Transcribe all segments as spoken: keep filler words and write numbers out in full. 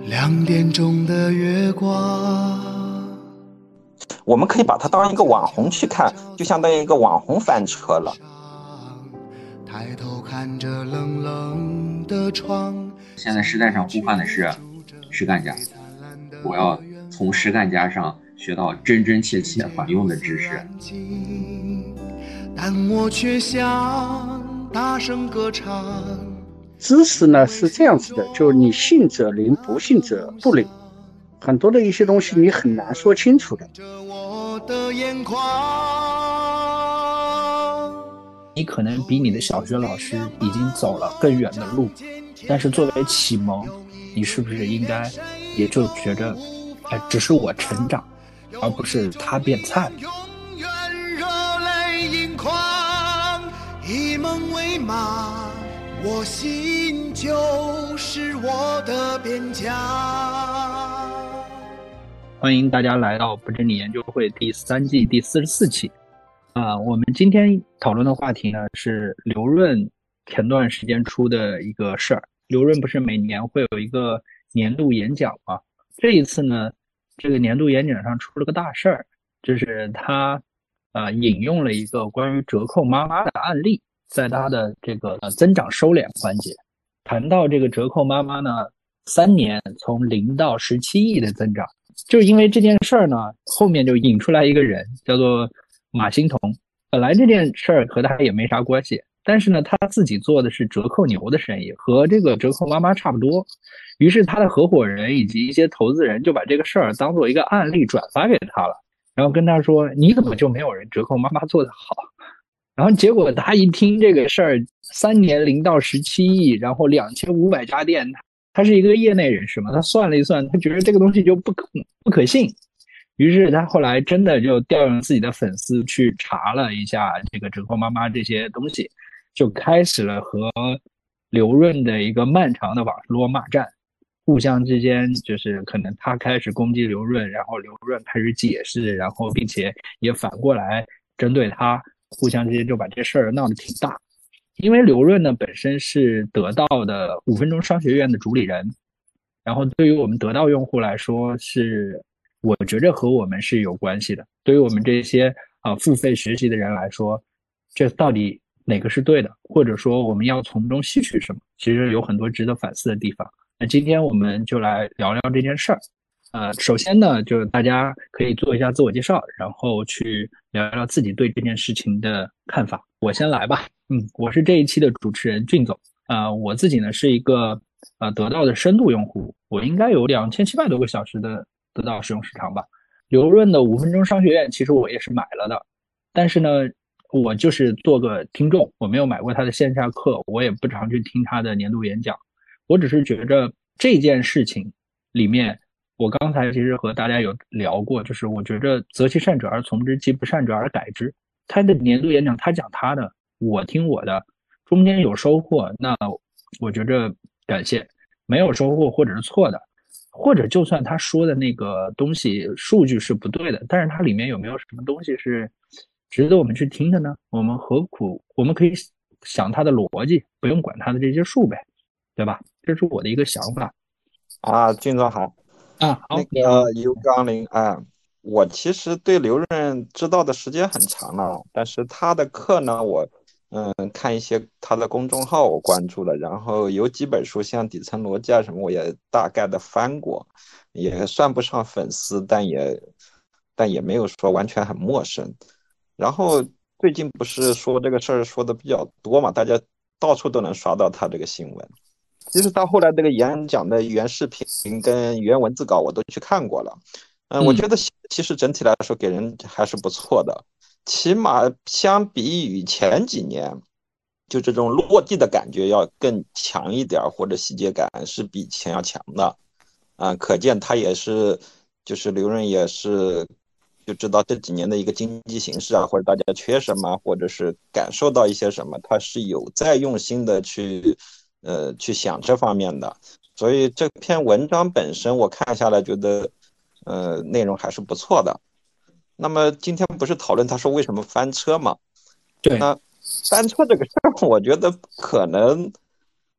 两点钟的月光， 我们可以把它当一个网红去看，就相当于一个网红翻车了。 抬头看着冷冷的窗， 现在时代上呼唤的是实干家，我要从实干家上学到真真切切管用的知识。 但我却想大声歌唱。 知识呢是这样子的，就你信则灵，不信则不灵。很多的一些东西你很难说清楚的。 我的眼眶， 你可能比你的小学老师已经走了更远的路，但是作为启蒙，你是不是应该也就觉着，哎，只是我成长，而不是他变菜了。 永远热泪盈眶，以梦为马，我心就是我的边疆。 欢迎大家来到不真理研究会第三季第四十四期。啊、呃，我们今天讨论的话题呢是刘润前段时间出的一个事儿。刘润不是每年会有一个年度演讲吗？这一次呢，这个年度演讲上出了个大事儿，就是他呃引用了一个关于折扣妈妈的案例，在他的这个呃增长收敛环节，谈到这个折扣妈妈呢，三年从零到十七亿的增长。就是因为这件事儿呢，后面就引出来一个人叫做马欣彤。本来这件事儿和他也没啥关系，但是呢，他自己做的是折扣牛的生意，和这个折扣妈妈差不多。于是他的合伙人以及一些投资人就把这个事儿当做一个案例转发给他了，然后跟他说：“你怎么就没有人折扣妈妈做得好？”然后结果他一听这个事儿，三年零到十七亿，然后两千五百家店。他是一个业内人士嘛，他算了一算，他觉得这个东西就不可不可信，于是他后来真的就调用自己的粉丝去查了一下这个折扣妈妈这些东西，就开始了和刘润的一个漫长的网络骂战，互相之间就是可能他开始攻击刘润，然后刘润开始解释，然后并且也反过来针对他，互相之间就把这事儿闹得挺大。因为刘润呢本身是得到的五分钟商学院的主理人，然后对于我们得到用户来说，是我觉着和我们是有关系的。对于我们这些啊、呃、付费学习的人来说，这到底哪个是对的，或者说我们要从中吸取什么，其实有很多值得反思的地方。那今天我们就来聊聊这件事儿。呃，首先呢，就是大家可以做一下自我介绍，然后去聊聊自己对这件事情的看法。我先来吧。嗯，我是这一期的主持人俊总。呃，我自己呢是一个呃得到的深度用户，我应该有两千七百多个小时的得到使用时长吧。刘润的五分钟商学院其实我也是买了的，但是呢，我就是做个听众，我没有买过他的线下课，我也不常去听他的年度演讲。我只是觉着这件事情里面，我刚才其实和大家有聊过，就是我觉着择其善者而从之，其不善者而改之。他的年度演讲，他讲他的，我听我的，中间有收获，那我觉着感谢；没有收获或者是错的，或者就算他说的那个东西数据是不对的，但是它里面有没有什么东西是值得我们去听的呢？我们何苦？我们可以想他的逻辑，不用管他的这些数呗，对吧？这是我的一个想法。 啊，俊总好。 啊，好， 那个尤刚林啊，我其实对刘润知道的时间很长了，但是他的课呢，我嗯看一些他的公众号我关注了，然后有几本书像底层逻辑啊什么，我也大概的翻过，也算不上粉丝，但也但也没有说完全很陌生。然后最近不是说这个事儿说的比较多嘛，大家到处都能刷到他这个新闻。其实他后来这个演讲的原视频跟原文字稿我都去看过了，嗯，我觉得其实整体来说给人还是不错的，起码相比于前几年，就这种落地的感觉要更强一点，或者细节感是比以前要强的，啊、嗯，可见他也是，就是刘润也是就知道这几年的一个经济形势啊，或者大家缺什么，或者是感受到一些什么，他是有在用心的去。呃，去想这方面的，所以这篇文章本身我看下来觉得，呃，内容还是不错的。那么今天不是讨论他说为什么翻车吗？ 对。 那翻车这个事儿，我觉得可能，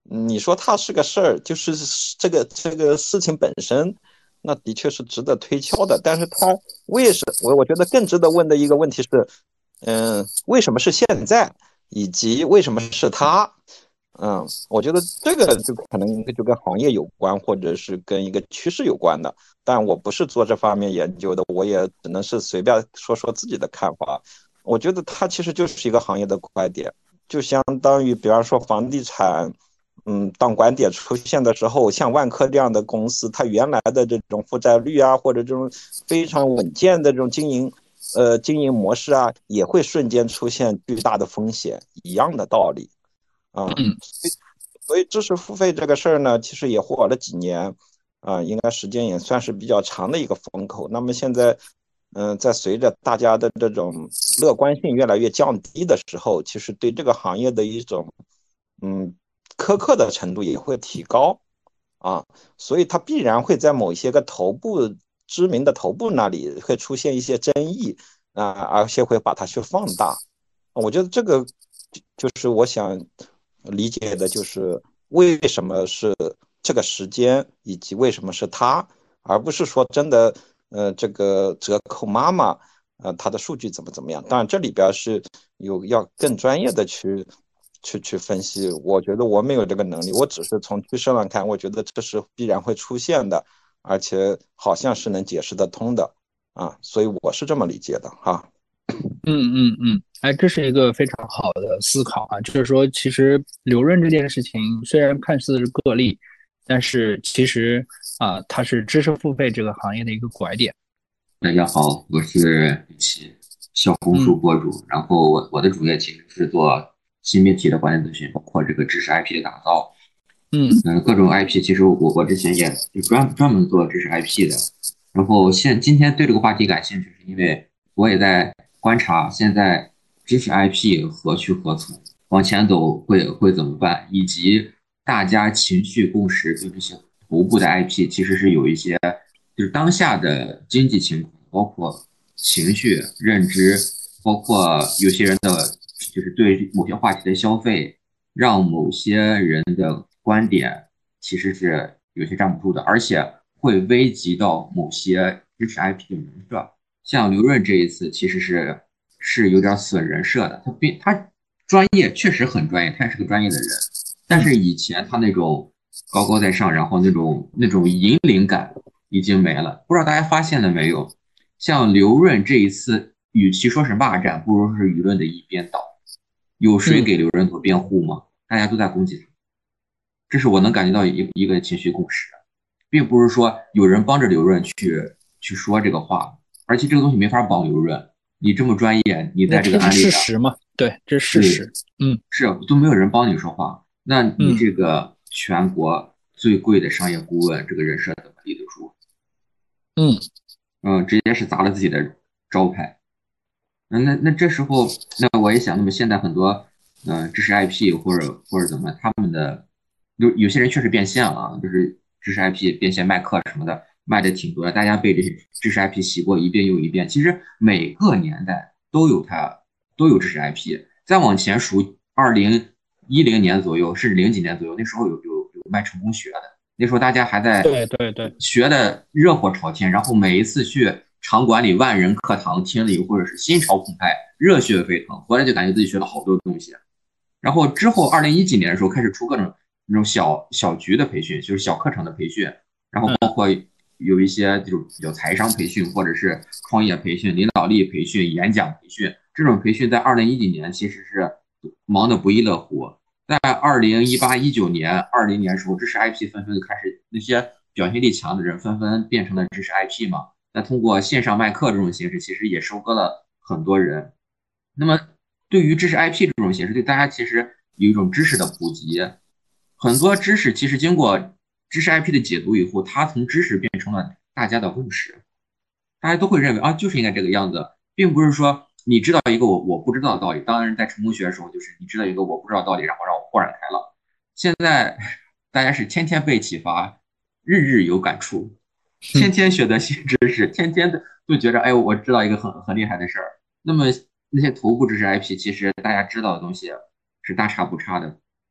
你说它是个事儿，就是这个这个事情本身，那的确是值得推敲的。但是它为什我我觉得更值得问的一个问题是，嗯，为什么是现在，以及为什么是他？嗯，我觉得这个就可能就跟行业有关，或者是跟一个趋势有关的。但我不是做这方面研究的，我也只能是随便说说自己的看法。我觉得它其实就是一个行业的快点，就相当于比方说房地产。嗯，当拐点出现的时候，像万科这样的公司，它原来的这种负债率啊，或者这种非常稳健的这种经营，呃，经营模式啊，也会瞬间出现巨大的风险，一样的道理啊。 嗯， 所以，所以知识付费这个事儿呢，其实也火了几年啊，应该时间也算是比较长的一个风口。那么现在，嗯、呃，在随着大家的这种乐观性越来越降低的时候，其实对这个行业的一种，嗯。苛刻的程度也会提高啊，所以它必然会在某一些个头部知名的头部那里会出现一些争议啊，而且会把它去放大。我觉得这个就是我想理解的，就是为什么是这个时间，以及为什么是他，而不是说真的，呃，这个折扣妈妈，呃，它的数据怎么怎么样。当然，这里边是有要更专业的去。去去分析，我觉得我没有这个能力，我只是从趋势上看，我觉得这是必然会出现的，而且好像是能解释得通的啊，所以我是这么理解的哈。 嗯嗯嗯，哎，这是一个非常好的思考啊，就是说，其实留润这件事情虽然看似是个例，但是其实啊，它是知识付费这个行业的一个拐点。 大家好，我是一期小红书博主，然后我我的主业其实是做新媒体的管理咨询，包括这个知识 I P 的打造。 嗯嗯，各种 I P，其实我我之前也就专专门做知识 I P 的。然后现今天对这个话题感兴趣，是因为我也在观察现在知识 I P 何去何从，往前走会会怎么办，以及大家情绪共识对这些头部的 I P 其实是有一些就是当下的经济情况，包括情绪认知，包括有些人的就是对某些话题的消费，让某些人的观点其实是有些站不住的，而且会危及到某些支持 I P 的人设。像刘润这一次其实是是有点损人设的，他并他专业确实很专业，他也是个专业的人，但是以前他那种高高在上，然后那种那种引领感已经没了。不知道大家发现了没有？像刘润这一次，与其说是骂战，不如说是舆论的一边倒。有谁给刘润做辩护吗？大家都在攻击他，这是我能感觉到一一个情绪共识，并不是说有人帮着刘润去去说这个话，而且这个东西没法帮刘润。你这么专业，你在这个案例上， 事实嘛，对，这是事实。嗯， 是都没有人帮你说话，那你嗯这个全国最贵的商业顾问，这个人设怎么立得住？ 嗯嗯，直接是砸了自己的招牌。嗯，那那这时候，那我也想，那么现在很多，嗯、呃，知识 I P 或者或者怎么，他们的有有些人确实变现了啊，就是知识 I P 变现卖课什么的，卖的挺多的，大家被这些知识 I P 洗过一遍又一遍。其实每个年代都有它，都有知识 I P。再往前数，二零一零年左右，甚至零几年左右，那时候有有有卖成功学的，那时候大家还在对对对学的热火朝天，然后每一次去场馆里万人课堂听力，或者是心潮澎湃、热血沸腾，回来就感觉自己学了好多东西。然后之后二零一几年的时候开始出各种那种小小局的培训，就是小课程的培训，然后包括有一些这种比较财商培训，或者是创业培训、领导力培训、演讲培训。这种培训在二零一几年其实是忙得不亦乐乎。在二零一八、一九年、二零年的时候，知识 I P 纷纷就开始，那些表现力强的人纷纷变成了知识 I P 嘛。那通过线上卖课这种形式，其实也收割了很多人。那么对于知识 I P 这种形式，对大家其实有一种知识的普及。很多知识其实经过知识 I P 的解读以后，它从知识变成了大家的共识，大家都会认为啊，就是应该这个样子，并不是说你知道一个我我不知道的道理。当然，在成功学的时候，就是你知道一个我不知道的道理，然后让我豁然开朗。现在大家是天天被启发，日日有感触，天天学的新知识，天天的就觉得哎，我知道一个很很厉害的事儿。那么那些头部知识 I P， 其实大家知道的东西是大差不差的。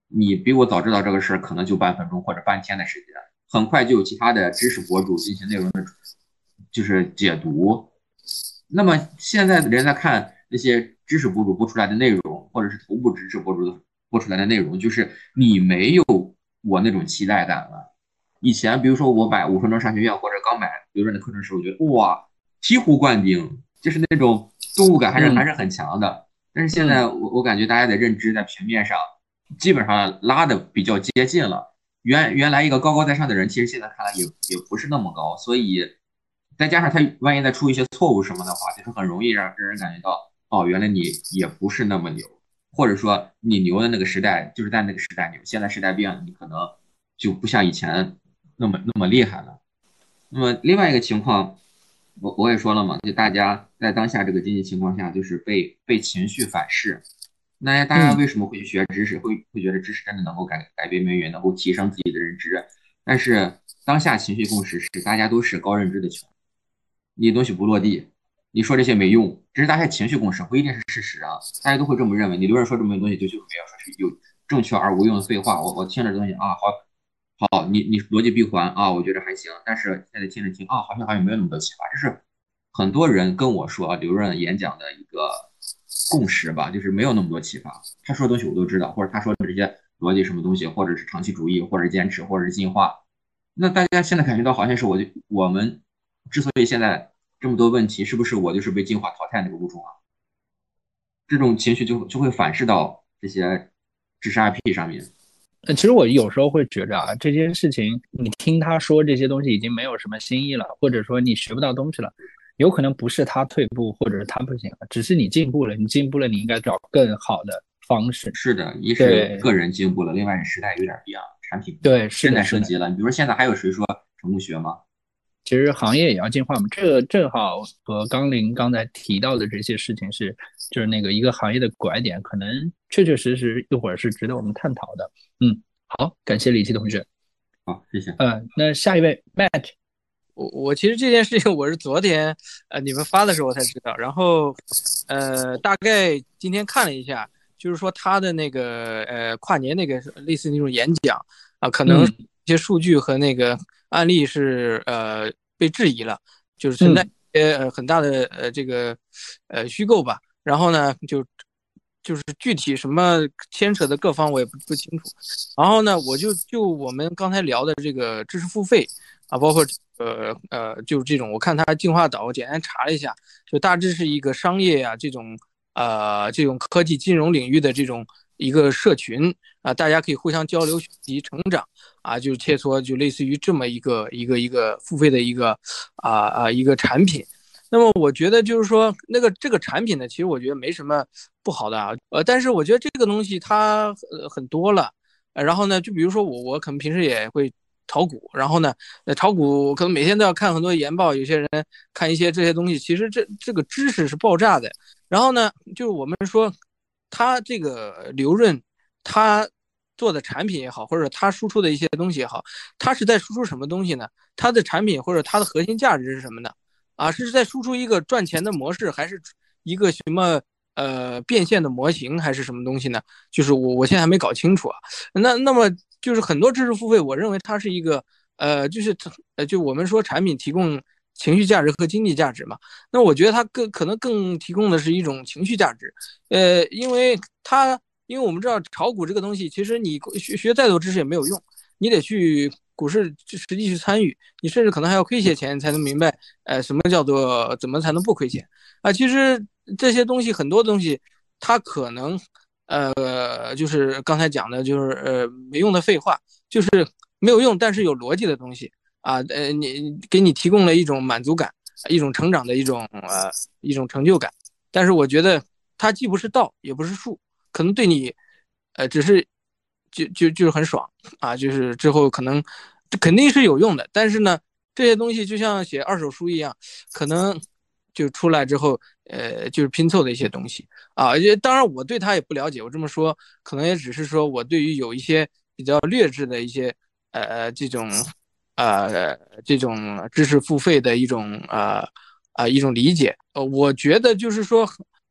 你比我早知道这个事儿，可能就半分钟或者半天的时间，很快就有其他的知识博主进行内容的，就是解读。那么现在人在看那些知识博主播出来的内容，或者是头部知识博主播出来的内容，就是你没有我那种期待感了。以前比如说我买五分钟商学院或者刚买刘润的课程时，我觉得哇醍醐灌顶，就是那种动物感还是、嗯、还是很强的。但是现在我我感觉大家的认知在平面上基本上拉的比较接近了。原原来一个高高在上的人，其实现在看来也也不是那么高，所以再加上他万一再出一些错误什么的话，就是很容易让让人感觉到，哦，原来你也不是那么牛，或者说你牛的那个时代就是在那个时代牛，现在时代变了，你可能就不像以前那么那么厉害了。那么另外一个情况，我我也说了嘛，就大家在当下这个经济情况下，就是被被情绪反噬。那大家为什么会去学知识？会会觉得知识真的能够改改变命运，能够提升自己的认知？但是当下情绪共识是大家都是高认知的穷，你东西不落地，你说这些没用，这是大家情绪共识，不一定是事实啊。大家都会这么认为。你刘润说这么多东西，就就没有说是有正确而无用的废话。我我听着东西啊，好好，你你逻辑闭环啊，我觉得还行。但是现在听着听啊，好像好像没有那么多启发。这是很多人跟我说刘润演讲的一个共识吧，就是没有那么多启发。他说的东西我都知道，或者他说的这些逻辑什么东西，或者是长期主义，或者是坚持，或者是进化。那大家现在感觉到好像是我就我们之所以现在这么多问题，是不是我就是被进化淘汰那个物种啊？这种情绪就就会反噬到这些知识 I P 上面。 其实我有时候会觉着啊，这件事情你听他说这些东西已经没有什么新意了，或者说你学不到东西了，有可能不是他退步，或者是他不行了，只是你进步了，你进步了，你应该找更好的方式。 是的，一是个人进步了，另外是时代有点不一样，产品对现在升级了。你比如说现在还有谁说成功学吗？ 其实行业也要进化嘛，这个正好和刚林刚才提到的这些事情是，就是那个一个行业的拐点，可能确确实实一会儿是值得我们探讨的。嗯，好，感谢李琦同学。 好，谢谢。 呃，那下一位 Matt。 我我其实这件事情我是昨天呃你们发的时候才知道，然后呃大概今天看了一下，就是说他的那个呃跨年那个类似那种演讲啊、呃，可能一些数据和那个案例是呃被质疑了，就是存在一些呃很大的呃这个呃虚构吧。然后呢，就就是具体什么牵扯的各方我也不不清楚。然后呢，我就就我们刚才聊的这个知识付费啊，包括呃呃就是这种，我看它进化岛我简单查了一下，就大致是一个商业啊这种呃这种科技金融领域的这种一个社群啊，大家可以互相交流学习成长啊，就切磋就类似于这么一个一个一个付费的一个啊啊一个产品。那么我觉得就是说，那个这个产品呢，其实我觉得没什么不好的啊，呃，但是我觉得这个东西它呃很多了，呃，然后呢，就比如说我我可能平时也会炒股，然后呢，呃，炒股可能每天都要看很多研报，有些人看一些这些东西，其实这这个知识是爆炸的。然后呢，就是我们说他这个刘润他做的产品也好，或者他输出的一些东西也好，他是在输出什么东西呢？他的产品或者他的核心价值是什么呢？啊，是在输出一个赚钱的模式，还是一个什么呃变现的模型，还是什么东西呢？就是我我现在还没搞清楚啊。那那么就是很多知识付费，我认为它是一个呃，就是呃，就我们说产品提供情绪价值和经济价值嘛。那我觉得它更可能更提供的是一种情绪价值，呃，因为它因为我们知道炒股这个东西，其实你学学再多知识也没有用，你得去股市实际去参与，你甚至可能还要亏些钱才能明白，呃，什么叫做怎么才能不亏钱啊？其实这些东西很多东西，它可能，呃，就是刚才讲的，就是呃没用的废话，就是没有用但是有逻辑的东西啊，呃，你给你提供了一种满足感，一种成长的一种呃一种成就感，但是我觉得它既不是道也不是术，可能对你，呃，只是。就就就是很爽啊，就是之后可能肯定是有用的，但是呢，这些东西就像写二手书一样，可能就出来之后，呃，就是拼凑的一些东西啊。当然我对他也不了解，我这么说可能也只是说我对于有一些比较劣质的一些呃这种呃这种知识付费的一种呃啊、呃、一种理解。呃，我觉得就是说。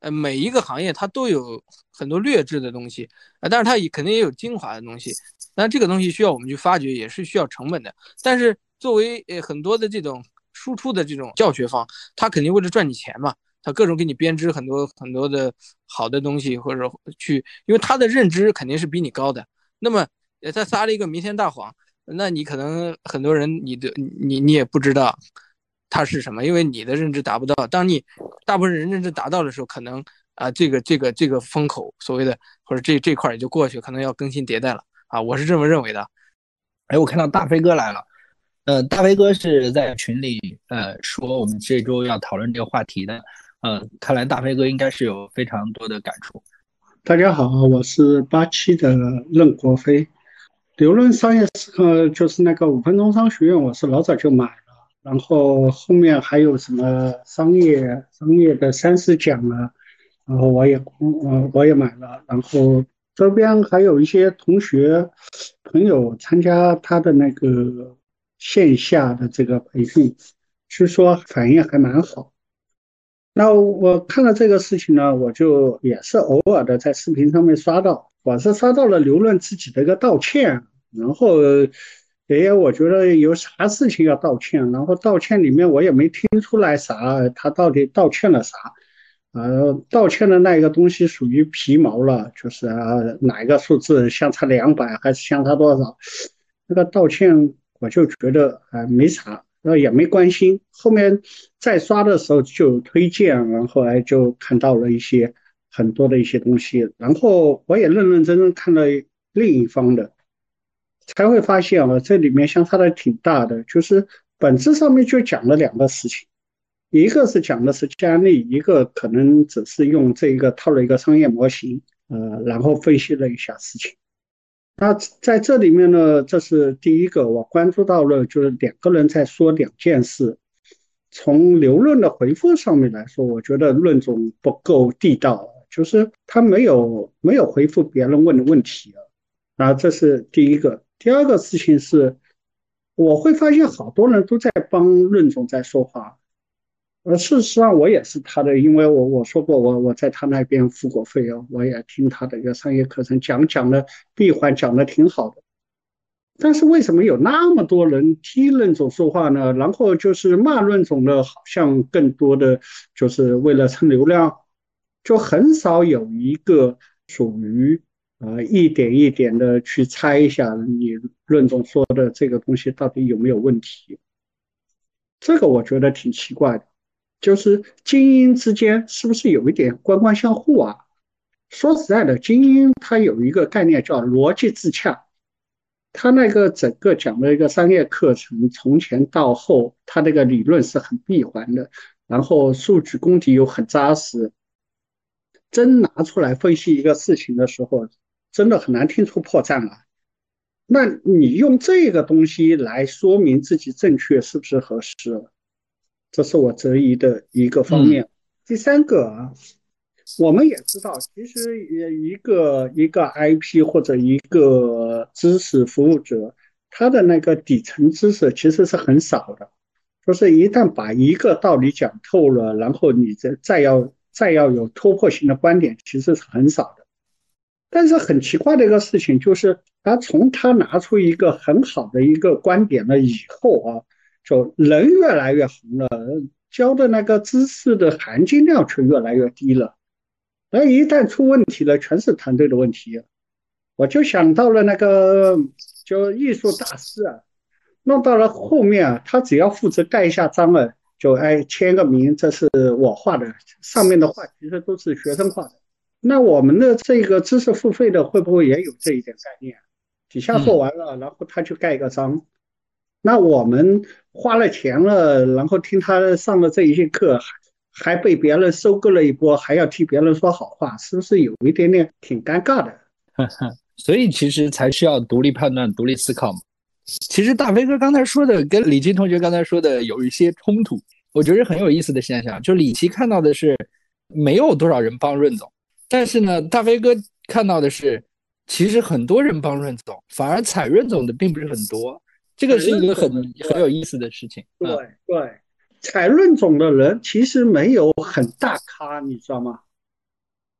呃，每一个行业它都有很多劣质的东西啊，但是它也肯定也有精华的东西。但这个东西需要我们去发掘，也是需要成本的。但是作为呃很多的这种输出的这种教学方，他肯定为了赚你钱嘛，他各种给你编织很多很多的好的东西，或者去，因为他的认知肯定是比你高的。那么呃他撒了一个弥天大谎，那你可能很多人你的你你也不知道它是什么，因为你的认知达不到。当你大部分人认知达到的时候，可能啊、呃、这个这个这个风口所谓的或者这这块也就过去，可能要更新迭代了啊，我是这么认为的。 哎，我看到大飞哥来了，呃，大飞哥是在群里呃说我们这周要讨论这个话题的，呃，看来大飞哥应该是有非常多的感触。 大家好，我是八七的任国飞。刘润商业思考就是那个五分钟商学院，我是老早就买了，然后后面还有什么商业商业的三十讲啊，然后我也嗯我也买了，然后周边还有一些同学朋友参加他的那个线下的这个培训，据说反应还蛮好。那我看了这个事情呢，我就也是偶尔的在视频上面刷到，我是刷到了刘润自己的一个道歉，然后哎，我觉得有啥事情要道歉，然后道歉里面我也没听出来啥，他到底道歉了啥。呃，道歉的那一个东西属于皮毛了，就是啊，哪一个数字相差两百还是相差多少？那个道歉我就觉得啊、呃、没啥，然后也没关心。后面再刷的时候就有推荐，然后来就看到了一些很多的一些东西，然后我也认认真真看了另一方的，才会发现啊，这里面相差的挺大的，就是本质上面就讲了两个事情。一个是讲的是案例，一个可能只是用这个套了一个商业模型，呃，然后分析了一下事情。那在这里面呢，这是第一个，我关注到了，就是两个人在说两件事。从刘润的回复上面来说，我觉得润总不够地道，就是他没有没有回复别人问的问题啊，这是第一个。第二个事情是，我会发现好多人都在帮润总在说话。呃，事实上我也是他的，因为我我说过我我在他那边付过费哦，我也听他的一个商业课程讲讲的闭环讲的挺好的，但是为什么有那么多人替任总说话呢？然后就是骂任总的，好像更多的就是为了蹭流量，就很少有一个属于呃一点一点的去猜一下你任总说的这个东西到底有没有问题，这个我觉得挺奇怪的。就是精英之间是不是有一点官官相护啊？说实在的，精英它有一个概念叫逻辑自洽，它那个整个讲的一个商业课程，从前到后，它那个理论是很闭环的，然后数据功底又很扎实，真拿出来分析一个事情的时候，真的很难听出破绽来。那你用这个东西来说明自己正确是不是合适？这是我质疑的一个方面。嗯、第三个啊，我们也知道，其实一个一个 I P 或者一个知识服务者，他的那个底层知识其实是很少的。就是一旦把一个道理讲透了，然后你再再要再要有突破性的观点，其实是很少的。但是很奇怪的一个事情就是，他从他拿出一个很好的一个观点了以后啊。就人越来越红了，教的那个知识的含金量却越来越低了。而一旦出问题了，全是团队的问题。我就想到了那个，就艺术大师啊，弄到了后面啊，他只要负责盖一下章了，就哎签个名，这是我画的，上面的画其实都是学生画的。那我们的这个知识付费的会不会也有这一点概念？底下做完了，然后他就盖一个章。那我们花了钱了，然后听他上了这一些课，还被别人收割了一波，还要替别人说好话，是不是有一点点挺尴尬的？ 所以其实才需要独立判断、独立思考嘛。其实大飞哥刚才说的跟李琦同学刚才说的有一些冲突，我觉得很有意思的现象。就李琦看到的是没有多少人帮润总，但是呢，大飞哥看到的是其实很多人帮润总，反而踩润总的并不是很多。这个是一个很很有意思的事情。 对对，踩润总的人其实没有很大咖，你知道吗？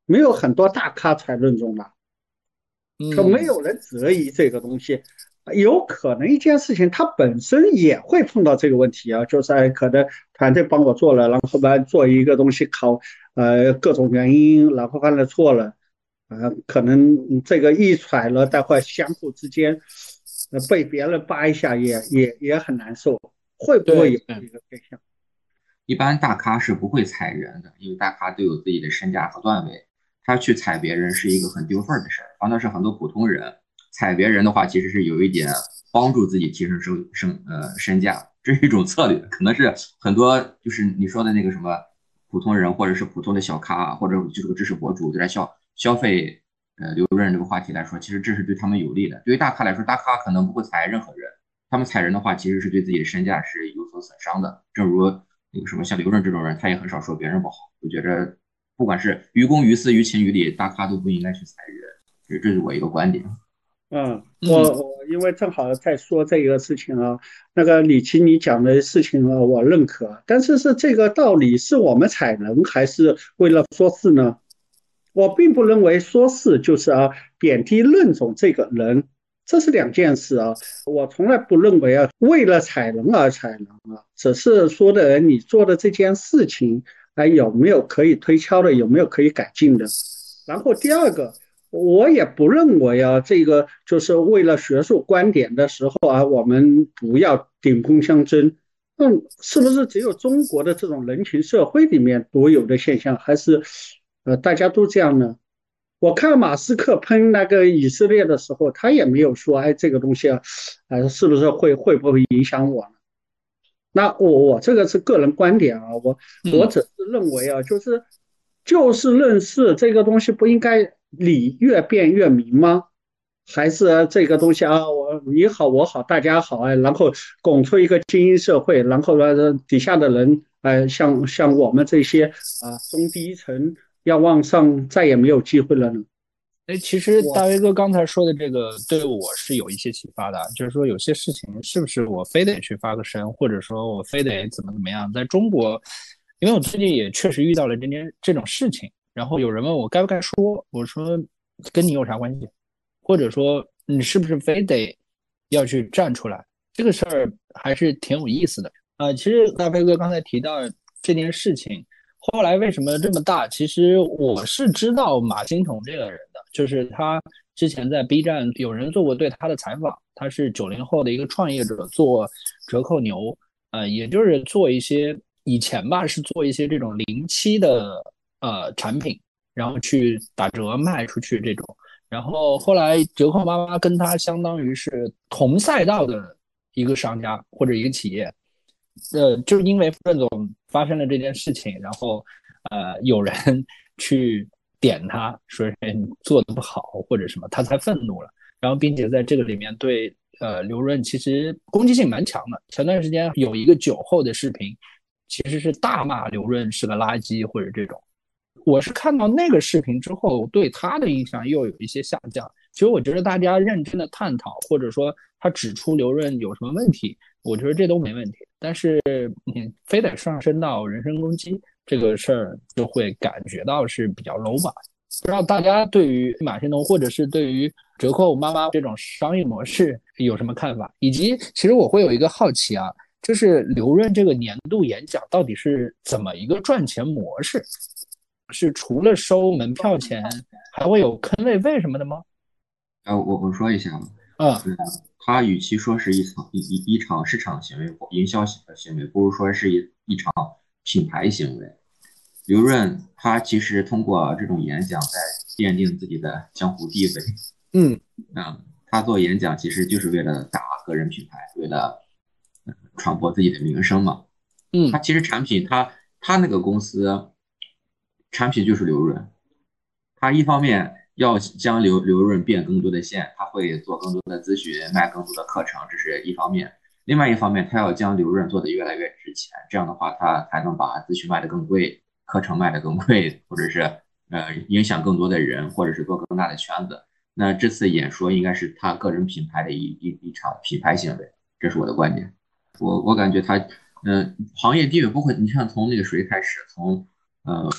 没有很多大咖才论中的，就没有人质疑这个东西。有可能一件事情它本身也会碰到这个问题啊，就是哎可能团队帮我做了，然后吧做一个东西考呃各种原因，然后犯了错了，呃可能这个一揣了，待会相互之间呃被别人扒一下也也也很难受，会不会有这个现象？ 一般大咖是不会踩人的，因为大咖都有自己的身价和段位，他去踩别人是一个很丢份的事儿。反倒是很多普通人踩别人的话，其实是有一点帮助自己提升身身呃身价，这是一种策略。可能是很多就是你说的那个什么普通人或者是普通的小咖，或者就是个知识博主在这消消费呃刘润这个话题来说，其实这是对他们有利的。对于大咖来说，大咖可能不会踩任何人，他们踩人的话，其实是对自己的身价是有所损伤的。正如那个什么像刘润这种人，他也很少说别人不好。我觉着，不管是于公于私于情于理，大咖都不应该去踩人，这这是我一个观点。 嗯，我我因为正好在说这个事情啊，那个李琦你讲的事情啊，我认可，但是是这个道理是我们踩人还是为了说事呢？我并不认为说事就是啊贬低任总这个人，这是两件事啊。我从来不认为啊为了踩人而踩人啊，只是说的你做的这件事情还有没有可以推敲的，有没有可以改进的。然后第二个。我也不认为啊，这个就是为了学术观点的时候啊，我们不要顶弓相争。嗯，是不是只有中国的这种人情社会里面独有的现象，还是呃大家都这样呢？我看马斯克喷那个以色列的时候，他也没有说，哎，这个东西啊，呃，是不是会会不会影响我呢？那我我这个是个人观点啊，我我只是认为啊，就是就事论事，这个东西不应该理越辩越明吗？还是这个东西啊，我你好我好大家好哎，然后拱出一个精英社会，然后呢底下的人呃像像我们这些啊中低层要往上再也没有机会了呢？ 哎，其实大卫哥刚才说的这个对我是有一些启发的，就是说有些事情是不是我非得去发个声，或者说我非得怎么怎么样？在中国，因为我最近也确实遇到了这件这种事情，然后有人问我该不该说，我说跟你有啥关系？或者说你是不是非得要去站出来？这个事儿还是挺有意思的啊、呃。其实大飞哥刚才提到这件事情，后来为什么这么大？其实我是知道马欣彤这个人的，就是他之前在 B 站有人做过对他的采访，他是九零后的一个创业者，做折扣牛，呃，也就是做一些以前吧是做一些这种零七的呃产品，然后去打折卖出去这种。然后后来折扣妈妈跟他相当于是同赛道的一个商家或者一个企业，呃，就是因为任总发生了这件事情，然后呃有人去点他说你做的不好或者什么，他才愤怒了，然后并且在这个里面对呃刘润其实攻击性蛮强的。前段时间有一个酒后的视频，其实是大骂刘润是个垃圾或者这种。我是看到那个视频之后，对他的印象又有一些下降。其实我觉得大家认真的探讨，或者说他指出刘润有什么问题，我觉得这都没问题。但是你非得上升到人身攻击这个事儿，就会感觉到是比较 low 吧。不知道大家对于马欣彤或者是对于折扣妈妈这种商业模式有什么看法？以及其实我会有一个好奇啊，就是刘润这个年度演讲到底是怎么一个赚钱模式？是除了收门票钱，还会有坑位费什么的吗？ 呃，我我说一下吧。 啊、 嗯，他与其说是一场一一一场市场行为或营销行为，不如说是一一场品牌行为。刘润他其实通过这种演讲在奠定自己的江湖地位。 嗯嗯，他做演讲其实就是为了打个人品牌，为了传播自己的名声嘛。 嗯， 他其实产品他他那个公司产品就是刘润，他一方面要将刘刘润变更多的线，他会做更多的咨询，卖更多的课程，这是一方面。另外一方面，他要将刘润做得越来越值钱，这样的话，他才能把咨询卖得更贵，课程卖得更贵，或者是呃影响更多的人，或者是做更大的圈子。那这次演说应该是他个人品牌的一一一场品牌行为，这是我的观点。我我感觉他，嗯、呃，行业地位包括你看从那个谁开始，从呃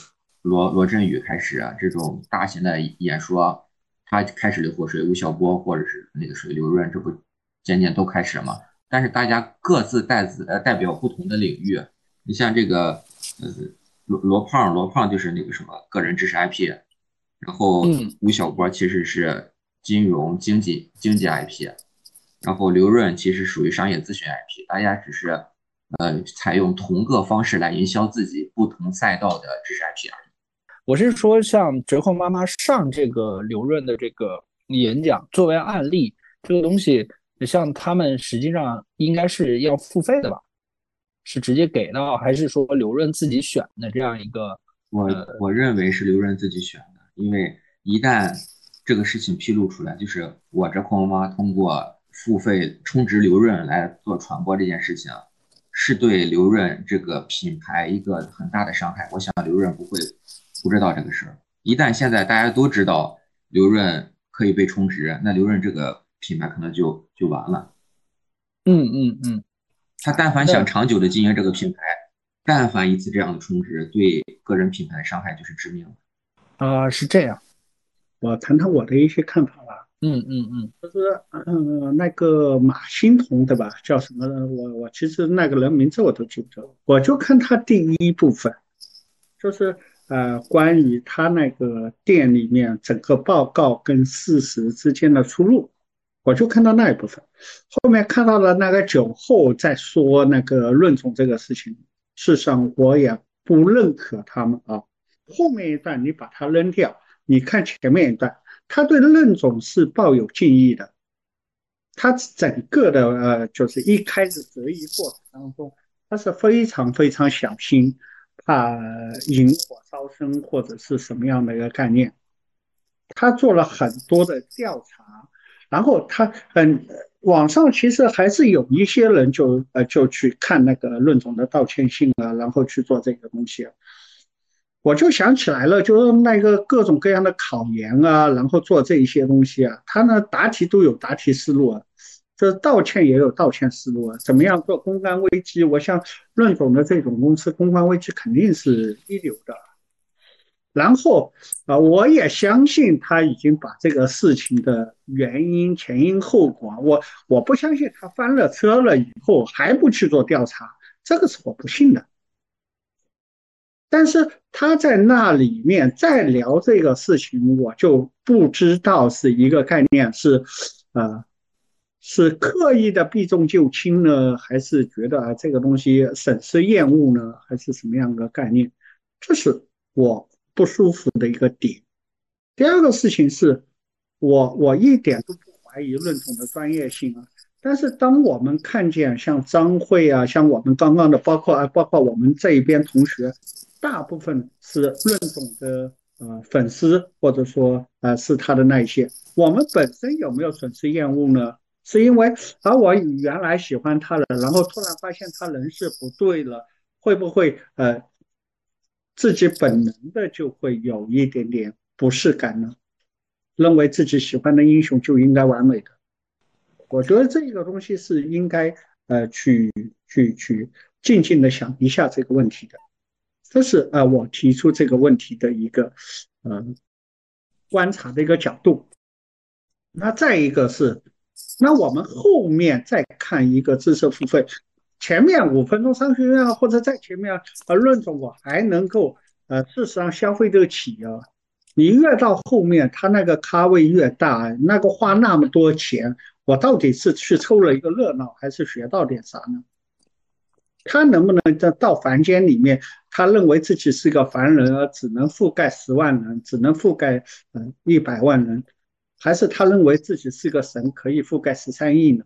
罗罗振宇开始啊，这种大型的演说，他开始流口水，吴晓波或者是那个谁刘润，这不渐渐都开始了嘛。但是大家各自代自呃代表不同的领域，你像这个呃罗罗胖，罗胖就是那个什么个人知识 I P，然后嗯吴晓波其实是金融经济经济 I P，然后刘润其实属于商业咨询 I P，大家只是呃采用同个方式来营销自己不同赛道的知识 I P 而已。 我是说，像折扣妈妈上这个刘润的这个演讲作为案例，这个东西，像他们实际上应该是要付费的吧？是直接给到，还是说刘润自己选的这样一个？ 我我认为是刘润自己选的，因为一旦这个事情披露出来，就是我折扣妈妈通过付费充值刘润来做传播这件事情，是对刘润这个品牌一个很大的伤害。我想刘润不会不知道这个事儿。一旦现在大家都知道刘润可以被充值，那刘润这个品牌可能就就完了。 嗯嗯嗯， 他但凡想长久的经营这个品牌，但凡一次这样的充值，对个人品牌的伤害就是致命的。 啊、呃，是这样。 我谈谈我的一些看法吧。 嗯嗯嗯， 就是嗯、呃，那个马欣彤对吧？叫什么呢？我我其实那个人名字我都记不得，我就看他第一部分，就是呃关于他那个店里面整个报告跟事实之间的出入，我就看到那一部分。后面看到了那个酒后在说那个润总这个事情，事实上我也不认可他们啊。后面一段你把它扔掉，你看前面一段。他对任总是抱有敬意的，他整个的呃，就是一开始择一过程当中，他是非常非常小心，怕引火烧身或者是什么样的一个概念。他做了很多的调查，然后他嗯，网上其实还是有一些人就呃就去看那个任总的道歉信啊，然后去做这个东西。我就想起来了，就是那个各种各样的考研啊，然后做这一些东西啊，他呢答题都有答题思路啊，这道歉也有道歉思路啊，怎么样做公关危机？我像任总的这种公司，公关危机肯定是一流的。然后啊、呃，我也相信他已经把这个事情的原因、前因后果，我我不相信他翻了车了以后还不去做调查，这个是我不信的。但是他在那里面再聊这个事情，我就不知道是一个概念，是呃是刻意的避重就轻呢，还是觉得啊这个东西审视厌恶呢，还是什么样的概念？这是我不舒服的一个点。第二个事情是，我我一点都不怀疑任总的专业性啊。但是当我们看见像张慧啊，像我们刚刚的，包括啊，包括我们这一边同学，大部分是任总的呃粉丝，或者说呃是他的那一些，我们本身有没有损失厌恶呢？是因为而我原来喜欢他了，然后突然发现他人事不对了，会不会呃自己本能的就会有一点点不适感呢？认为自己喜欢的英雄就应该完美的。我觉得这个东西是应该呃去去去静静的想一下这个问题的，这是呃我提出这个问题的一个呃观察的一个角度。那再一个是，那我们后面再看一个知识付费，前面五分钟商学院啊，或者在前面呃论总我还能够呃事实上消费得起啊。你越到后面，他那个咖位越大，那个花那么多钱，我到底是去凑了一个热闹，还是学到点啥呢？他能不能在到凡间里面，他认为自己是个凡人，只能覆盖十万人，只能覆盖嗯一百万人，还是他认为自己是个神，可以覆盖十三亿呢？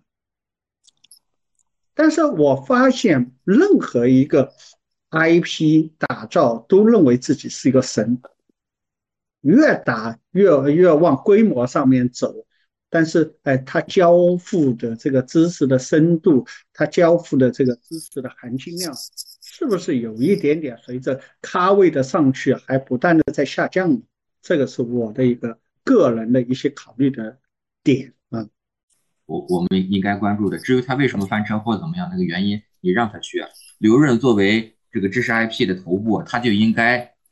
但是我发现，任何一个 I P 打造都认为自己是一个神。越打越越往规模上面走，但是哎，他交付的这个知识的深度，他交付的这个知识的含金量，是不是有一点点随着咖位的上去，还不断的在下降呢？这个是我的一个个人的一些考虑的点啊。 我我们应该关注的，至于他为什么翻车或怎么样，那个原因你让他去。刘润作为这个知识 I P 的头部，他就应该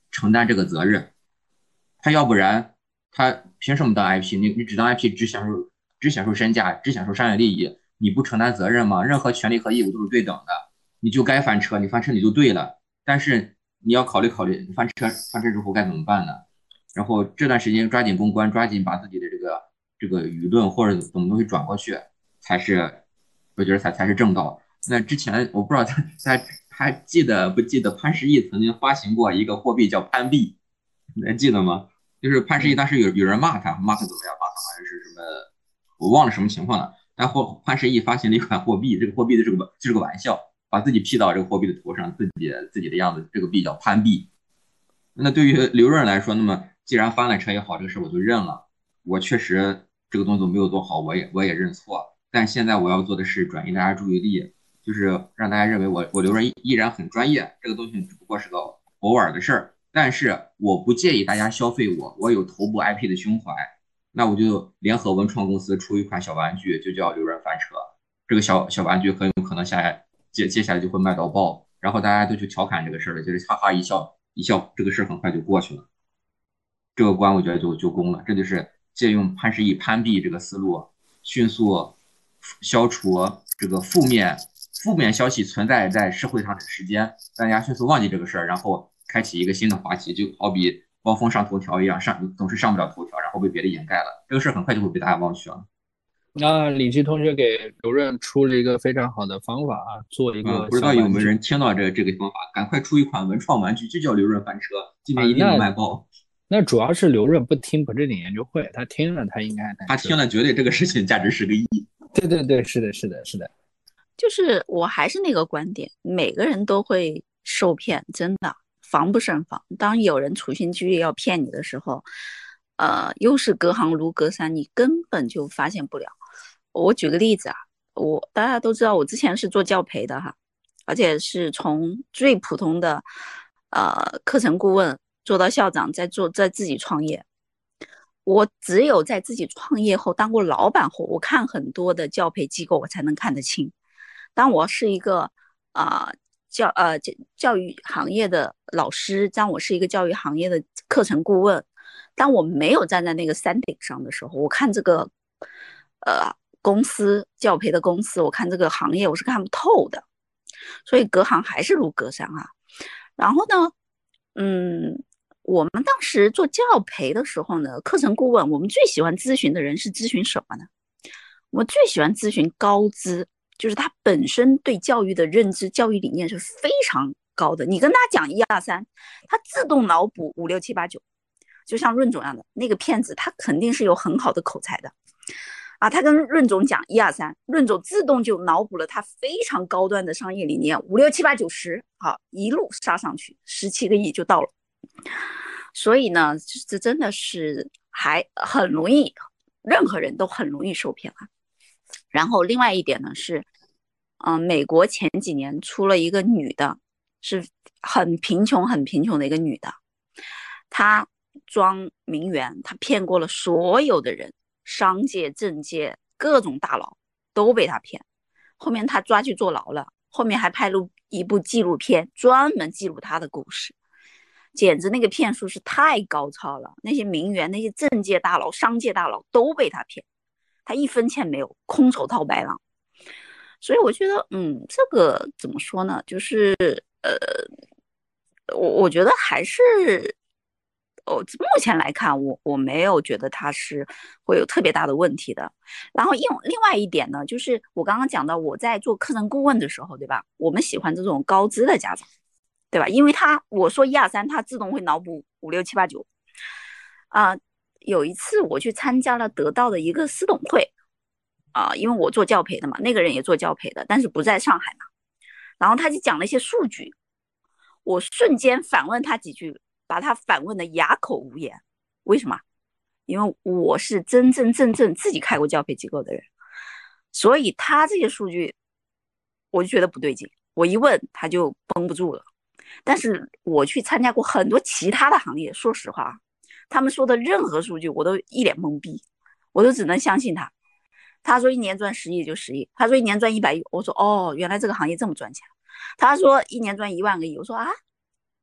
承担这个责任。他要不然他凭什么当 I P？ 你你只当 I P 只享受只享受身价，只享受商业利益，你不承担责任吗？任何权利和义务都是对等的，你就该翻车，你翻车你就对了。但是你要考虑考虑，你翻车翻车之后该怎么办呢？然后这段时间抓紧公关，抓紧把自己的这个这个舆论或者怎么东西转过去，才是我觉得才才是正道。那之前我不知道大家还记得不记得潘石屹曾经发行过一个货币叫潘币，你还记得吗？就是潘石屹当时有有人骂他，骂他怎么样？骂他好像是什么，我忘了什么情况了。但后潘石屹发行了一款货币，这个货币的这个就是个玩笑，把自己 P 到这个货币的头上，自己自己的样子，这个币叫潘币。那对于刘润来说，那么既然翻了车也好，这个事我就认了。我确实这个东西没有做好，我也我也认错。但现在我要做的是转移大家注意力，就是让大家认为我我刘润依然很专业，这个东西只不过是个偶尔的事儿。但是我不介意大家消费我，我有头部 I P 的胸怀，那我就联合文创公司出一款小玩具，就叫刘润翻车。这个小小玩具很有可能下来接接下来就会卖到爆，然后大家都去调侃这个事儿了，就是哈哈一笑一笑，这个事儿很快就过去了。这个关我觉得就就攻了，这就是借用潘石屹潘币这个思路，迅速消除这个负面负面消息存在在社会上的时间，大家迅速忘记这个事儿，然后开启一个新的话题，就好比暴风上头条一样，上总是上不了头条，然后被别的掩盖了，这个事儿很快就会被大家忘却了。 那李琦同学给刘润出了一个非常好的方法啊，做一个、 嗯、不知道有没有人听到这这个方法？赶快出一款文创玩具，就叫刘润翻车，今年一定能卖爆。啊、 那, 那主要是刘润不听不正经研究会，他听了他应该他听了绝对这个事情价值十个亿。 对对对，是的，是的，是的。 就是我还是那个观点，每个人都会受骗，真的防不胜防。当有人处心积虑要骗你的时候，呃，又是隔行如隔山，你根本就发现不了。我举个例子啊，我大家都知道，我之前是做教培的哈，而且是从最普通的呃课程顾问做到校长，再做再自己创业。我只有在自己创业后当过老板后，我看很多的教培机构，我才能看得清。当我是一个啊、呃、教呃教育行业的老师，当我是一个教育行业的课程顾问，当我没有站在那个山顶上的时候，我看这个呃公司教培的公司，我看这个行业我是看不透的，所以隔行还是如隔山啊。然后呢，嗯，我们当时做教培的时候呢，课程顾问我们最喜欢咨询的人是咨询什么呢？我们最喜欢咨询高资。就是他本身对教育的认知、教育理念是非常高的。你跟他讲一二三，他自动脑补五六七八九，就像润总一样的那个骗子，他肯定是有很好的口才的啊。他跟润总讲一二三，润总自动就脑补了他非常高端的商业理念，五六七八九十，好，一路杀上去，十七个亿就到了。所以呢，这真的是还很容易，任何人都很容易受骗啊。然后另外一点呢是，嗯、呃，美国前几年出了一个女的，是很贫穷很贫穷的一个女的，她装名媛，她骗过了所有的人，商界、政界各种大佬都被她骗，后面她抓去坐牢了，后面还拍了一部纪录片，专门记录她的故事，简直那个骗术是太高超了，那些名媛、那些政界大佬、商界大佬都被她骗。他一分钱没有，空手套白狼。所以我觉得，嗯，这个怎么说呢？就是呃，我我觉得还是，哦，目前来看，我我没有觉得他是会有特别大的问题的。然后，另另外一点呢，就是我刚刚讲到，我在做课程顾问的时候，对吧？我们喜欢这种高资的家长，对吧？因为他我说一二三，他自动会脑补五六七八九啊。呃有一次我去参加了得到的一个私董会啊、呃，因为我做教培的嘛，那个人也做教培的，但是不在上海嘛。然后他就讲了一些数据，我瞬间反问他几句，把他反问的哑口无言。为什么？因为我是真真正正自己开过教培机构的人，所以他这些数据我就觉得不对劲，我一问他就绷不住了。但是我去参加过很多其他的行业，说实话他们说的任何数据我都一脸懵逼，我都只能相信他。他说一年赚十亿就十亿，他说一年赚一百亿，我说哦，原来这个行业这么赚钱。他说一年赚一万个亿，我说啊，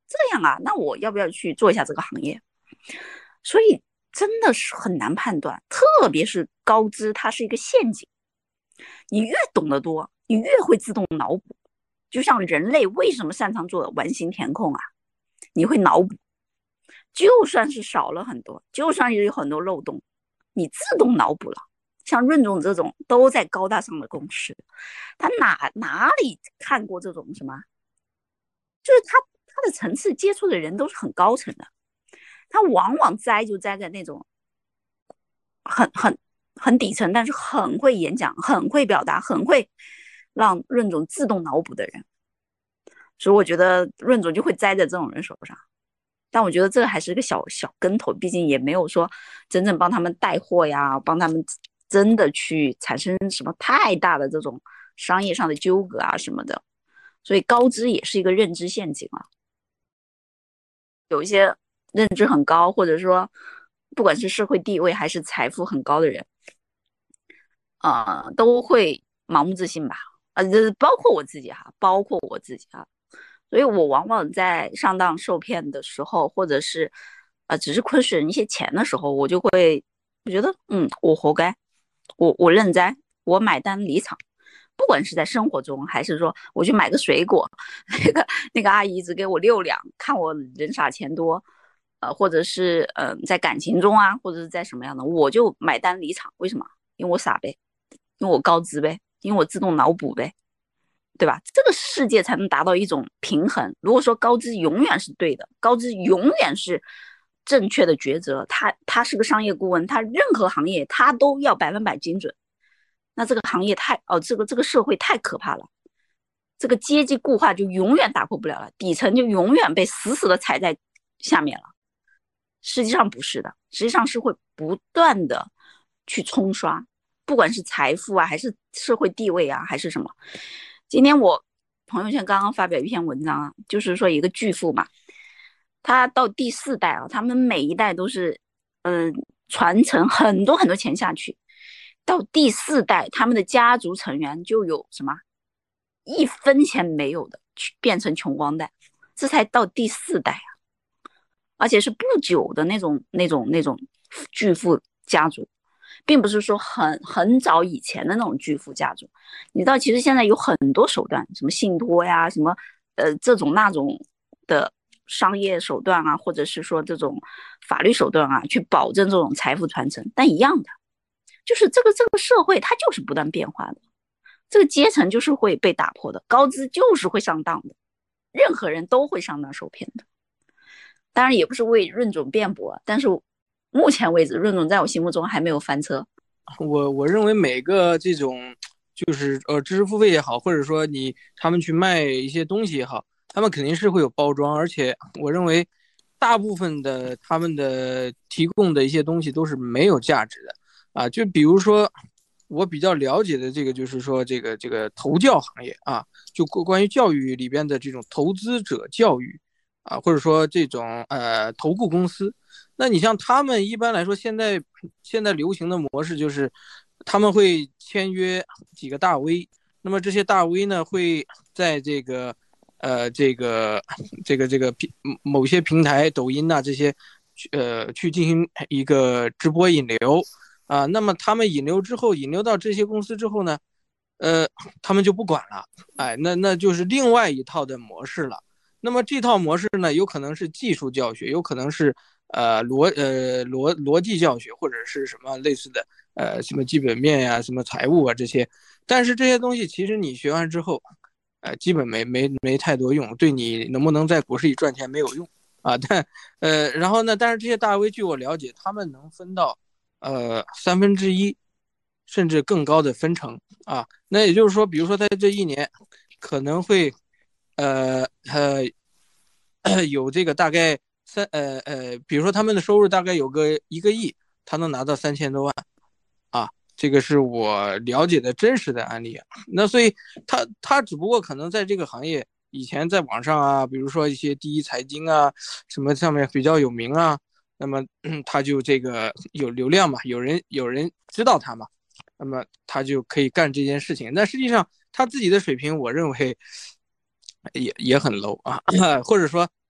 这样啊，那我要不要去做一下这个行业？所以真的是很难判断，特别是高知，它是一个陷阱。你越懂得多，你越会自动脑补。就像人类为什么擅长做完形填空啊？你会脑补，就算是少了很多，就算有很多漏洞，你自动脑补了。像润总这种都在高大上的公司，他哪哪里看过这种什么？就是他他的层次接触的人都是很高层的，他往往栽就栽在那种很很很底层，但是很会演讲、很会表达、很会让润总自动脑补的人。所以我觉得润总就会栽在这种人手上。但我觉得这还是个小小跟头，毕竟也没有说真正帮他们带货呀，帮他们真的去产生什么太大的这种商业上的纠葛啊什么的。所以高知也是一个认知陷阱啊。有一些认知很高，或者说不管是社会地位还是财富很高的人，呃，都会盲目自信吧。呃，包括我自己哈，包括我自己哈。所以我往往在上当受骗的时候，或者是呃只是亏损一些钱的时候，我就会我觉得嗯我活该，我我认栽，我买单离场。不管是在生活中，还是说我去买个水果，那个那个阿姨只给我六两，看我人傻钱多，呃，或者是呃在感情中啊，或者是在什么样的，我就买单离场。为什么？因为我傻呗，因为我高知呗，因为我自动脑补呗。对吧？这个世界才能达到一种平衡。如果说高知永远是对的，高知永远是正确的抉择，他他是个商业顾问，他任何行业他都要百分百精准，那这个行业太哦，这个这个社会太可怕了，这个阶级固化就永远打破不了了，底层就永远被死死的踩在下面了。实际上不是的，实际上是会不断的去冲刷，不管是财富啊，还是社会地位啊，还是什么。今天我朋友圈刚刚发表一篇文章啊，就是说一个巨富嘛，他到第四代啊，他们每一代都是嗯、呃、传承很多很多钱下去，到第四代他们的家族成员就有什么一分钱没有的变成穷光蛋，这才到第四代啊，而且是不久的那种那种那种巨富家族。并不是说很很早以前的那种巨富家族，你知道其实现在有很多手段，什么信托呀，什么呃这种那种的商业手段啊，或者是说这种法律手段啊，去保证这种财富传承。但一样的，就是这个这个社会它就是不断变化的，这个阶层就是会被打破的，高知就是会上当的，任何人都会上当受骗的。当然也不是为润总辩驳，但是目前为止，润总在我心目中还没有翻车。 我我认为每个这种就是呃知识付费也好，或者说你他们去卖一些东西也好，他们肯定是会有包装，而且我认为大部分的他们的提供的一些东西都是没有价值的啊。就比如说我比较了解的这个，就是说这个这个投教行业啊，就关于教育里边的这种投资者教育啊，或者说这种呃投顾公司。那你像他们一般来说，现在现在流行的模式就是他们会签约几个大 V， 那么这些大 V 呢会在这个呃这个这个这个某些平台，抖音啊这些呃去进行一个直播引流啊。那么他们引流之后，引流到这些公司之后呢，呃他们就不管了，哎，那那就是另外一套的模式了。那么这套模式呢，有可能是技术教学，有可能是呃逻呃逻逻辑教学，或者是什么类似的呃什么基本面呀、啊、什么财务啊这些。但是这些东西其实你学完之后，呃基本没没没太多用，对你能不能在股市里赚钱没有用啊。但呃然后呢，但是这些大 V 据我了解，他们能分到呃三分之一甚至更高的分成啊。那也就是说，比如说在这一年可能会。呃呃，有这个大概三呃呃，比如说他们的收入大概有个一个亿，他能拿到三千多万，啊，这个是我了解的真实的案例啊。那所以他他只不过可能在这个行业以前在网上啊，比如说一些第一财经啊什么上面比较有名啊，那么、嗯、他就这个有流量嘛，有人有人知道他嘛，那么他就可以干这件事情。但实际上他自己的水平，我认为。也也很 low 啊，或者说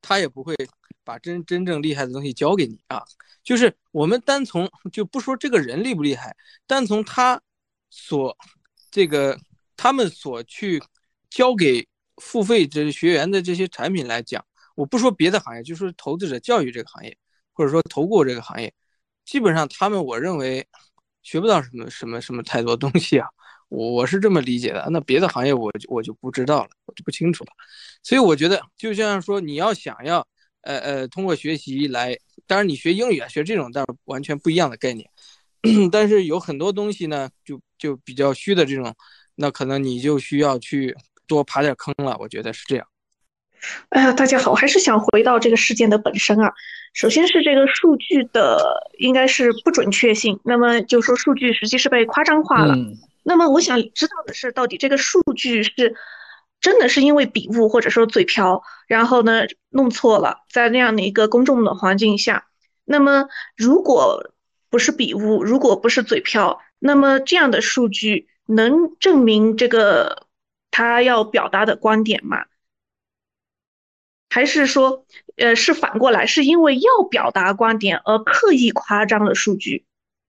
他也不会把真真正厉害的东西教给你啊。就是我们单从就不说这个人厉不厉害，单从他所这个他们所去教给付费这学员的这些产品来讲，我不说别的行业，就说投资者教育这个行业，或者说投顾这个行业，基本上他们我认为学不到什么什么什么太多东西啊，我我是这么理解的。那别的行业我我就不知道了，我就不清楚了。所以我觉得就像说你要想要呃呃通过学习来，当然你学英语啊学这种但是完全不一样的概念，但是有很多东西呢就就比较虚的这种，那可能你就需要去多爬点坑了，我觉得是这样。 哎呀，大家好，我还是想回到这个事件的本身啊。首先是这个数据的应该是不准确性，那么就说数据实际是被夸张化了。 嗯， 那么我想知道的是，到底这个数据是真的是因为笔误或者说嘴瓢，然后呢弄错了，在那样的一个公众的环境下，那么如果不是笔误，如果不是嘴瓢，那么这样的数据能证明这个他要表达的观点吗？还是说，呃，是反过来，是因为要表达观点而刻意夸张了数据？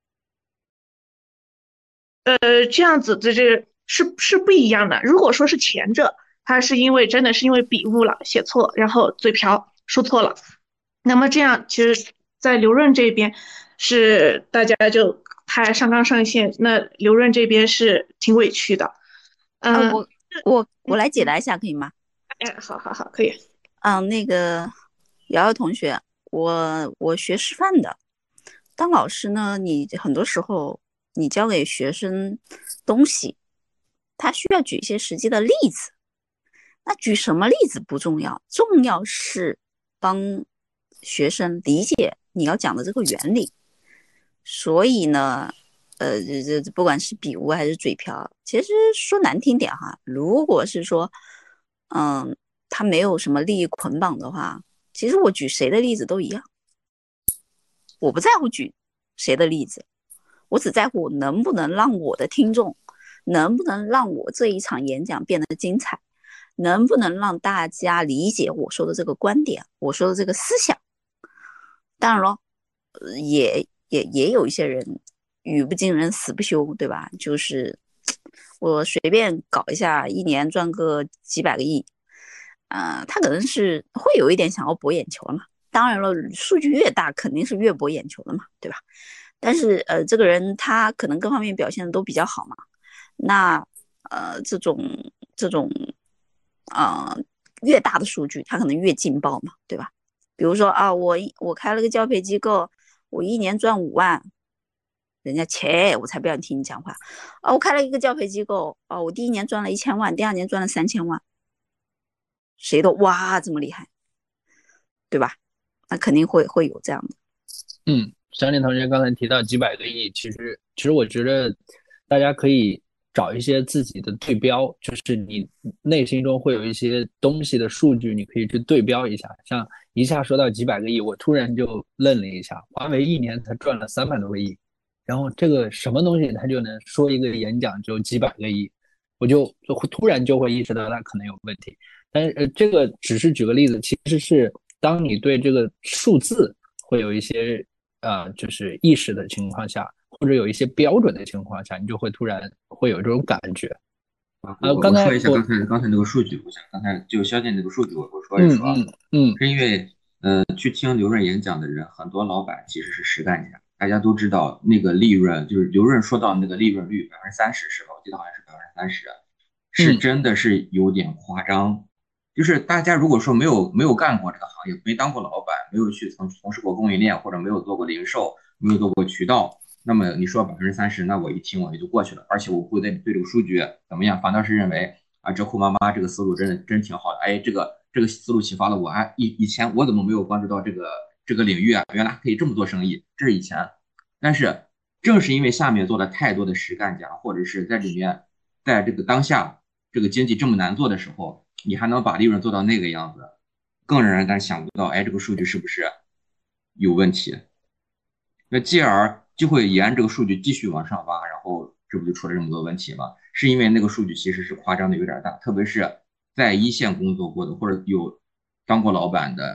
呃，这样子的这是是不一样的。如果说是前者，他是因为真的是因为笔误了，写错，然后嘴瓢说错了，那么这样其实，在刘润这边是大家就他上纲上线，那刘润这边是挺委屈的。嗯、 啊，我我我来解答一下，可以吗？ 哎，好好好，可以。 嗯，那个瑶瑶同学，我我学师范的，当老师呢，你很多时候你教给学生东西，他需要举一些实际的例子。那举什么例子不重要，重要是帮学生理解你要讲的这个原理。所以呢，呃，这这不管是笔误还是嘴瓢，其实说难听点哈，如果是说，嗯。他没有什么利益捆绑的话，其实我举谁的例子都一样，我不在乎举谁的例子，我只在乎能不能让我的听众，能不能让我这一场演讲变得精彩，能不能让大家理解我说的这个观点，我说的这个思想。当然了，也也也有一些人语不惊人死不休，对吧？就是我随便搞一下，一年赚个几百个亿。呃，他可能是会有一点想要博眼球了嘛，当然了，数据越大肯定是越博眼球的嘛，对吧？但是呃，这个人他可能各方面表现的都比较好嘛，那呃这种这种呃越大的数据，他可能越劲爆嘛，对吧？比如说啊，我我开了个教培机构，我一年赚五万，人家切，我才不要听你讲话啊！我开了一个教培机构啊，我第一年赚了一千万，第二年赚了三千万。谁都哇这么厉害，对吧？那肯定会会有这样的。 嗯，小林同学刚才提到几百个亿，其实其实我觉得大家可以找一些自己的对标，就是你内心中会有一些东西的数据，你可以去对标一下。像一下说到几百个亿，我突然就愣了一下，华为一年才赚了三百多个亿，然后这个什么东西他就能说一个演讲就几百个亿，我就就突然就会意识到它可能有问题。但是呃，这个只是举个例子，其实是当你对这个数字会有一些呃，就是意识的情况下，或者有一些标准的情况下，你就会突然会有这种感觉。 啊， 呃， 我刚才我说一下我刚才刚才那个数据，我想刚才就肖剑那个数据，我我说一说啊， 嗯嗯嗯是因为呃，去听刘润演讲的人，很多老板其实是实干家，大家都知道那个利润，就是刘润说到那个利润率百分之三十是吧？我记得好像是百分之三十，是真的是有点夸张。就是大家如果说没有没有干过这个行业，没当过老板，没有去从从事过供应链，或者没有做过零售，没有做过渠道，那么你说百分之三十，那我一听我也就过去了，而且我不会对对这个数据怎么样，反倒是认为啊，折扣妈妈这个思路真的真挺好的，哎，这个这个思路启发了我啊，以以前我怎么没有关注到这个这个领域啊？原来可以这么做生意，这是以前。但是正是因为下面做了太多的实干家，或者是在里面，在这个当下这个经济这么难做的时候，你还能把利润做到那个样子，更让人想不到，哎，这个数据是不是有问题？那继而就会沿这个数据继续往上挖，然后这不就出了这么多问题吗？是因为那个数据其实是夸张的有点大，特别是在一线工作过的或者有当过老板的，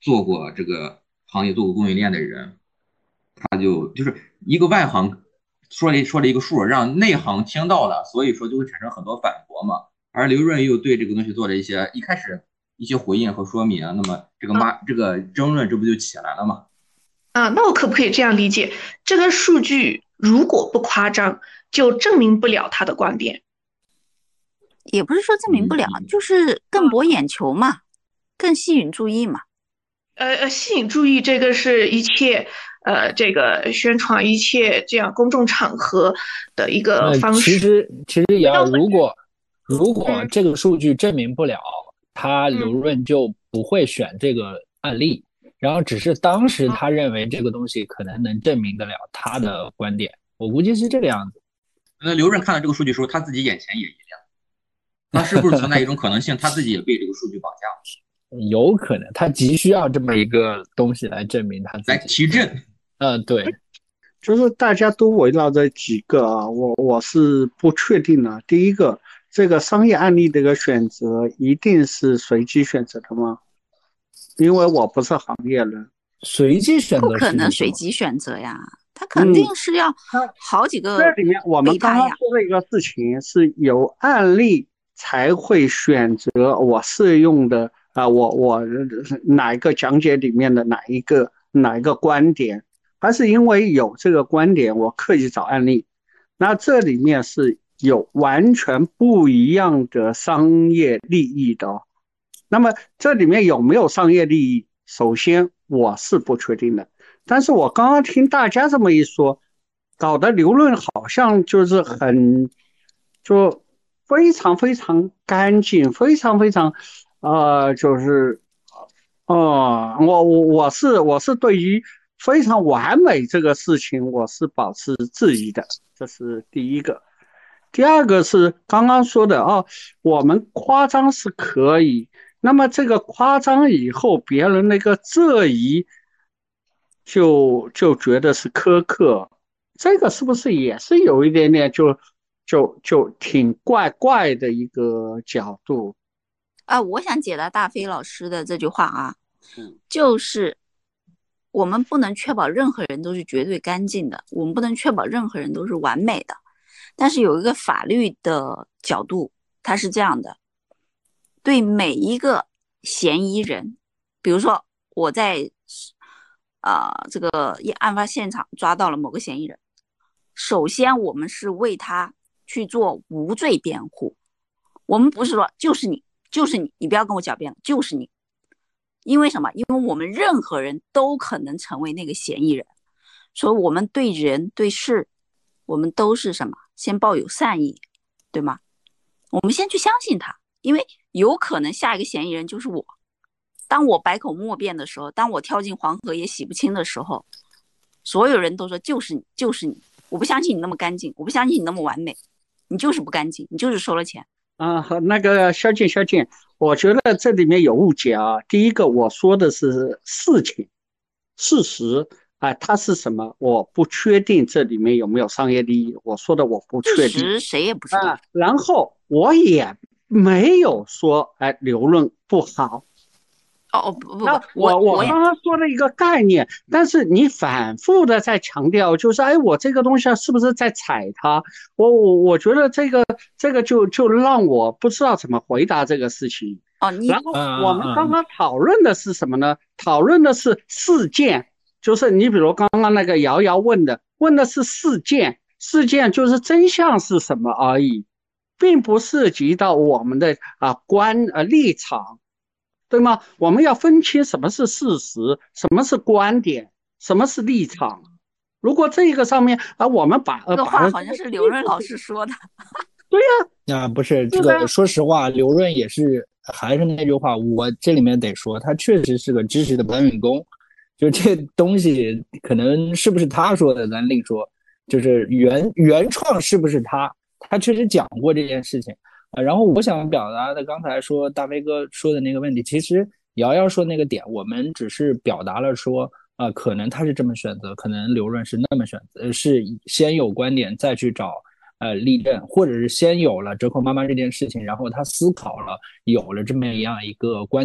做过这个行业、做过供应链的人，他就就是一个外行说了说了一个数，让内行听到了，所以说就会产生很多反驳嘛。而刘润又对这个东西做了一些一开始一些回应和说明，那么这个妈、啊、这个争论这不就起来了吗？ 啊，那我可不可以这样理解？这个数据如果不夸张，就证明不了他的观点。 也不是说证明不了，嗯、就是更博眼球嘛，嗯、更吸引注意嘛。 呃呃，吸引注意这个是一切呃这个宣传一切这样公众场合的一个方式。 其实其实也要如果如果这个数据证明不了，嗯、他刘润就不会选这个案例。嗯、然后只是当时他认为这个东西可能能证明得了他的观点，我估计是这个样子。 那刘润看到这个数据的时候，他自己眼前也一亮，他是不是存在一种可能性，他自己也被这个数据绑架了？ 有可能，他急需要这么一个东西来证明他自己， 来提振。 嗯，对， 就是大家都围绕着几个啊，我我是不确定的。第一个，这个商业案例的一个选择一定是随机选择的吗？因为我不是行业人。 随机选择不可能随机选择呀，他肯定是要好几个、 嗯。这里面我们刚刚说的一个事情是有案例才会选择我适用的啊、呃，我我哪一个讲解里面的哪一个哪一个观点，还是因为有这个观点我刻意找案例。那这里面是有完全不一样的商业利益的哦。那么这里面有没有商业利益？首先我是不确定的，但是我刚刚听大家这么一说，搞得刘润好像就是很就非常非常干净，非常非常呃就是哦、呃，我我我是我是对于非常完美这个事情我是保持质疑的，这是第一个。第二个是刚刚说的哦，我们夸张是可以，那么这个夸张以后别人那个质疑就就觉得是苛刻，这个是不是也是有一点点就就就挺怪怪的一个角度啊？我想解答大飞老师的这句话啊，就是我们不能确保任何人都是绝对干净的，我们不能确保任何人都是完美的。但是有一个法律的角度，它是这样的，对每一个嫌疑人，比如说我在呃这个案发现场抓到了某个嫌疑人，首先我们是为他去做无罪辩护，我们不是说就是你就是你你不要跟我狡辩了，就是你。因为什么？因为我们任何人都可能成为那个嫌疑人，所以我们对人对事我们都是什么？先抱有善意，对吗？我们先去相信他，因为有可能下一个嫌疑人就是我。当我百口莫辩的时候，当我跳进黄河也洗不清的时候，所有人都说就是你，就是你。我不相信你那么干净，我不相信你那么完美，你就是不干净，你就是收了钱。 啊，那个萧静，萧静，我觉得这里面有误解啊。第一个，我说的是事情、事实。啊，它是什么？我不确定这里面有没有商业利益。我说的我不确定， 事实谁也不知道。 啊，然后我也没有说，哎，刘润不好。 哦不不， 那我我刚刚说了一个概念，但是你反复的在强调，就是哎，我这个东西是不是在踩它？我我我觉得这个这个就就让我不知道怎么回答这个事情。 哦，你然后我们刚刚讨论的是什么呢？讨论的是事件。就是你比如刚刚那个瑶瑶问的，问的是事件，事件就是真相是什么而已，并不涉及到我们的啊观呃立场，对吗？我们要分清什么是事实，什么是观点，什么是立场。如果这个上面啊，我们把这个话好像是刘润老师说的。 对呀、 啊，啊不是这个，说实话，刘润也是还是那句话，我这里面得说，他确实是个知识的搬运工。就这东西可能是不是他说的咱另说，就是原原创是不是他他确实讲过这件事情啊。然后我想表达的刚才说大飞哥说的那个问题，其实瑶瑶说那个点我们只是表达了说啊、呃，可能他是这么选择，可能刘润是那么选择，是先有观点再去找呃例证，或者是先有了折扣妈妈这件事情，然后他思考了有了这么样一个观点，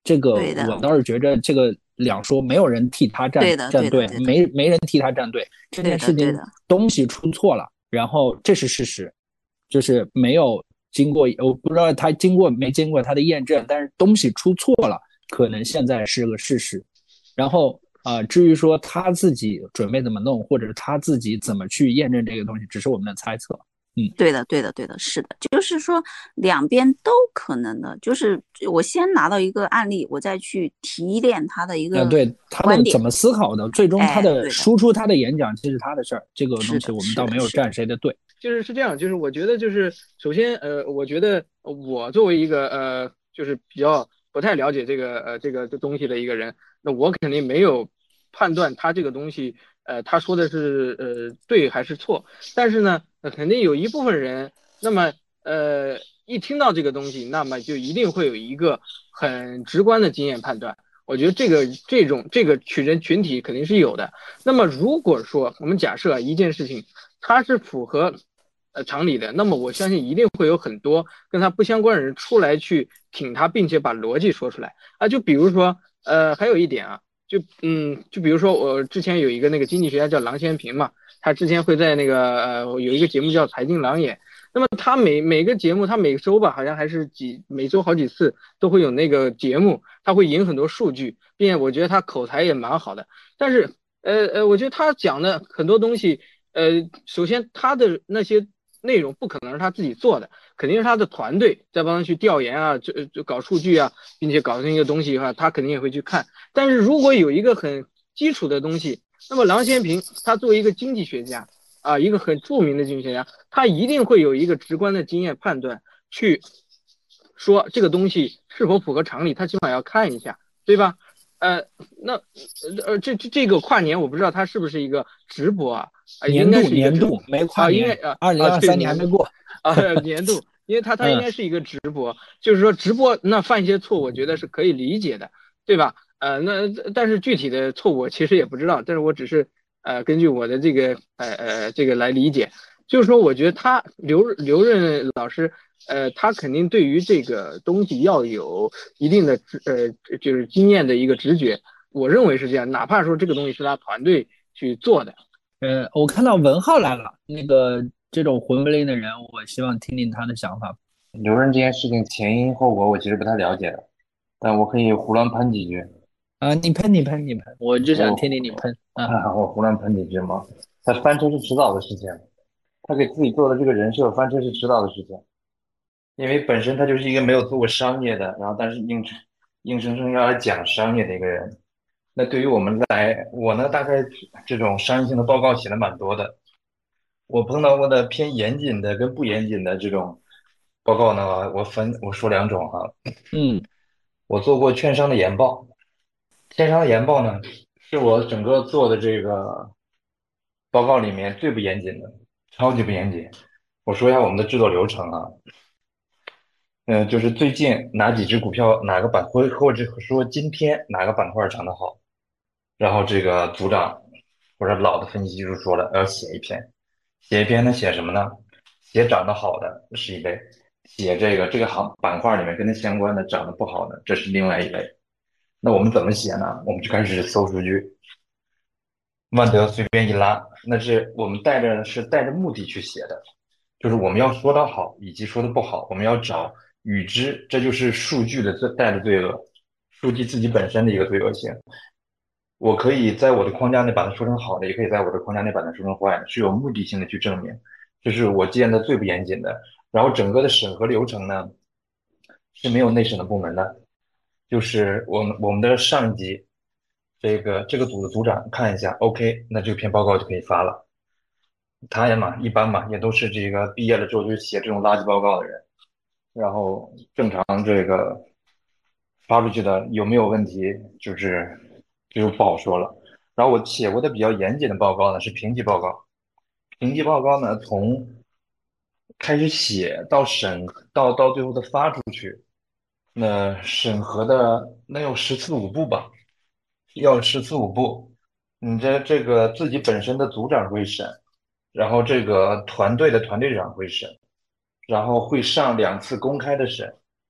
这个对的我倒是觉着这个两说，没有人替他站对的站队， 对的对的没没人替他站队。这件事情对的对的东西出错了，然后这是事实，就是没有经过，我不知道他经过没经过他的验证，但是东西出错了，可能现在是个事实。然后呃，至于说他自己准备怎么弄，或者是他自己怎么去验证这个东西，只是我们的猜测。嗯， 对的，对的，对的，是的，就是说两边都可能的，就是我先拿到一个案例，我再去提炼他的一呃， 个对他观点。 的怎么思考的，最终他哎， 的对的， 输出他的演讲，这是他的事儿。这个东西是的， 我们倒没有是的是的站谁的队。 就是是这样，就是我觉得就是首先呃，我觉得我作为一个呃，就是比较不太了解这个呃这个这东西的一个人，那我肯定没有判断他这个东西呃他说的是呃对还是错，但是呢，呃肯定有一部分人，那么呃一听到这个东西，那么就一定会有一个很直观的经验判断。我觉得这个这种这个群人群体肯定是有的。那么如果说我们假设一件事情它是符合呃常理的，那么我相信一定会有很多跟他不相关的人出来去挺他，并且把逻辑说出来啊。就比如说呃还有一点啊，就嗯就比如说我之前有一个那个经济学家叫郎咸平嘛，他之前会在那个呃有一个节目叫财经郎也。那么他每每个节目，他每周吧，好像还是几每周好几次都会有那个节目，他会引很多数据，并且我觉得他口才也蛮好的。但是呃呃，我觉得他讲的很多东西，呃，首先他的那些内容不可能是他自己做的，肯定是他的团队在帮他去调研啊，就就搞数据啊，并且搞成一个东西的话，他肯定也会去看。但是如果有一个很基础的东西，那么郎咸平他作为一个经济学家啊，一个很著名的经济学家，他一定会有一个直观的经验判断，去说这个东西是否符合常理，他起码要看一下，对吧？呃，那呃这这这个跨年，我不知道它是不是一个直播啊？啊、应年度该是一个直年度没跨啊，应该年， 啊二零啊，对二三年还没年过。 啊年度，因为它它应嗯， 该是一个直播，就是说直播那犯一些错，我觉得是可以理解的，对吧？呃，那但是具体的错误我其实也不知道，但是我只是呃根据我的这个呃呃这个来理解，就是说我觉得他刘刘润老师。呃，他肯定对于这个东西要有一定的直呃，就是经验的一个直觉，我认为是这样。哪怕说这个东西是他团队去做的， 呃，我看到文浩来了，那个这种混不吝的人，我希望听听他的想法。 刘润这件事情前因后果我其实不太了解的，但我可以胡乱喷几句。 啊，你喷你喷你喷，我就想听听你我喷啊。 啊，我胡乱喷几句嘛。他翻车是迟早的事情，他给自己做的这个人设翻车是迟早的事情，因为本身他就是一个没有做过商业的，然后但是硬硬生生要来讲商业的一个人。那对于我们来，我呢大概这种商业性的报告写的蛮多的，我碰到过的偏严谨的跟不严谨的这种报告呢，我分我说两种哈。 嗯我做过券商的研报，券商的研报呢是我整个做的这个报告里面最不严谨的，超级不严谨。我说一下我们的制作流程啊，嗯、就是最近哪几只股票哪个板或或者说今天哪个板块涨得好，然后这个组长或者老的分析师就说了要写一篇，写一篇呢写什么呢？写涨得好的是一类，写这个这个行板块里面跟它相关的涨得不好的，这是另外一类。那我们怎么写呢？我们就开始搜数据，万德随便一拉，那是我们带着是带着目的去写的，就是我们要说的好以及说的不好，我们要找与之，这就是数据的罪带的罪恶，数据自己本身的一个罪恶性。我可以在我的框架内把它说成好的，也可以在我的框架内把它说成坏的，是有目的性的去证明，这是我见的最不严谨的。然后整个的审核流程呢是没有内审的部门的，就是我们我们的上一级这个这个组的组长看一下，OK，那这篇报告就可以发了。他也嘛一般嘛，也都是这个毕业了之后就写这种垃圾报告的人，然后正常这个发出去的有没有问题，就是这就不好说了。然后我写过的比较严谨的报告呢是评级报告，评级报告呢从开始写到审到到最后的发出去，那审核的能有十次五步吧，要十次五步。你这这个自己本身的组长会审，然后这个团队的团队长会审，然后会上两次公开的审，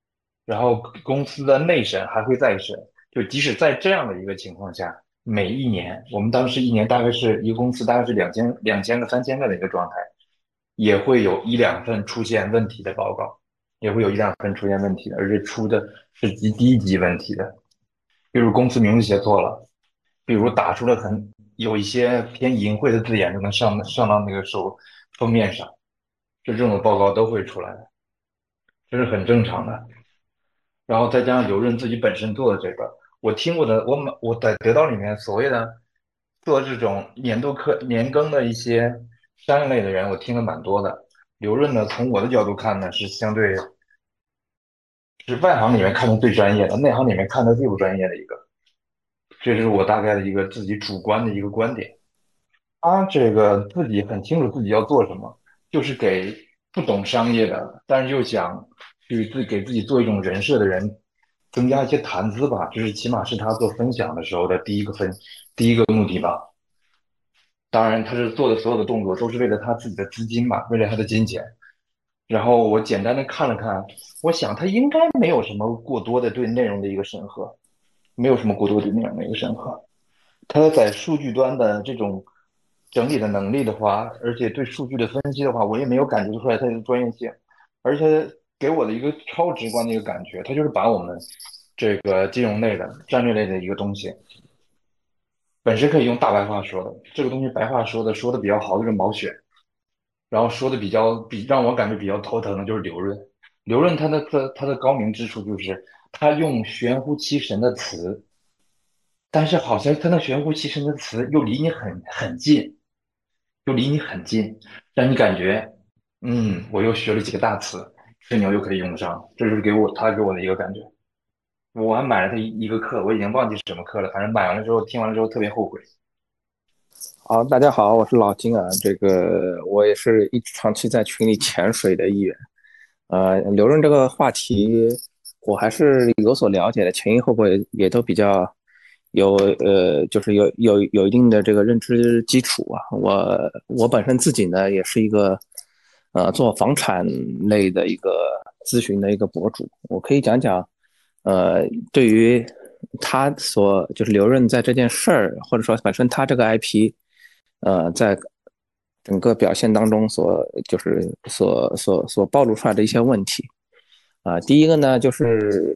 然后公司的内审还会再审，就即使在这样的一个情况下，每一年我们当时一年大概是一个公司大概是两千两千个三千个的一个状态，也会有一两份出现问题的报告，也会有一两份出现问题的，而且出的是极低级问题的，比如公司名字写错了，比如打出了很有一些偏淫秽的字眼就能上上到那个手封面上，就这种的报告都会出来的，这是很正常的。然后再加上刘润自己本身做的这个，我听过的，我满我在得到里面所谓的做这种年度课年更的一些商业类的人，我听了蛮多的。刘润呢，从我的角度看呢，是相对是外行里面看的最专业的，内行里面看的最不专业的一个，这是我大概的一个自己主观的一个观点。他这个自己很清楚自己要做什么，就是给不懂商业的，但是又想去自给自己做一种人设的人增加一些谈资吧，这是起码是他做分享的时候的第一个分第一个目的吧。当然，他是做的所有的动作都是为了他自己的资金嘛，为了他的金钱。然后我简单的看了看，我想他应该没有什么过多的对内容的一个审核，没有什么过多对内容的一个审核。他在数据端的这种整理的能力的话，而且对数据的分析的话，我也没有感觉出来他的专业性，而且给我的一个超直观的一个感觉，他就是把我们这个金融类的战略类的一个东西，本身可以用大白话说的，这个东西白话说的说的比较好的是毛选，然后说的比较比让我感觉比较头疼的就是刘润，刘润他的他他的高明之处就是他用玄乎其神的词。但是好像他那玄乎其神的词又离你很很近，又离你很近，让你感觉，嗯，我又学了几个大词，吹牛又可以用得上，这就是给我他给我的一个感觉。我还买了他一一个课，我已经忘记是什么课了，反正买完了之后听完了之后特别后悔。 好，大家好，我是老金啊，这个我也是一直长期在群里潜水的一员。呃，刘润这个话题，我还是有所了解的，前因后果也也都比较有呃，就是有有有一定的这个认知基础啊。我我本身自己呢，也是一个呃做房产类的一个咨询的一个博主，我可以讲讲，呃，对于他所就是刘润在这件事儿，或者说本身他这个 I P。呃，在整个表现当中所就是所所所暴露出来的一些问题啊、呃，第一个呢就是，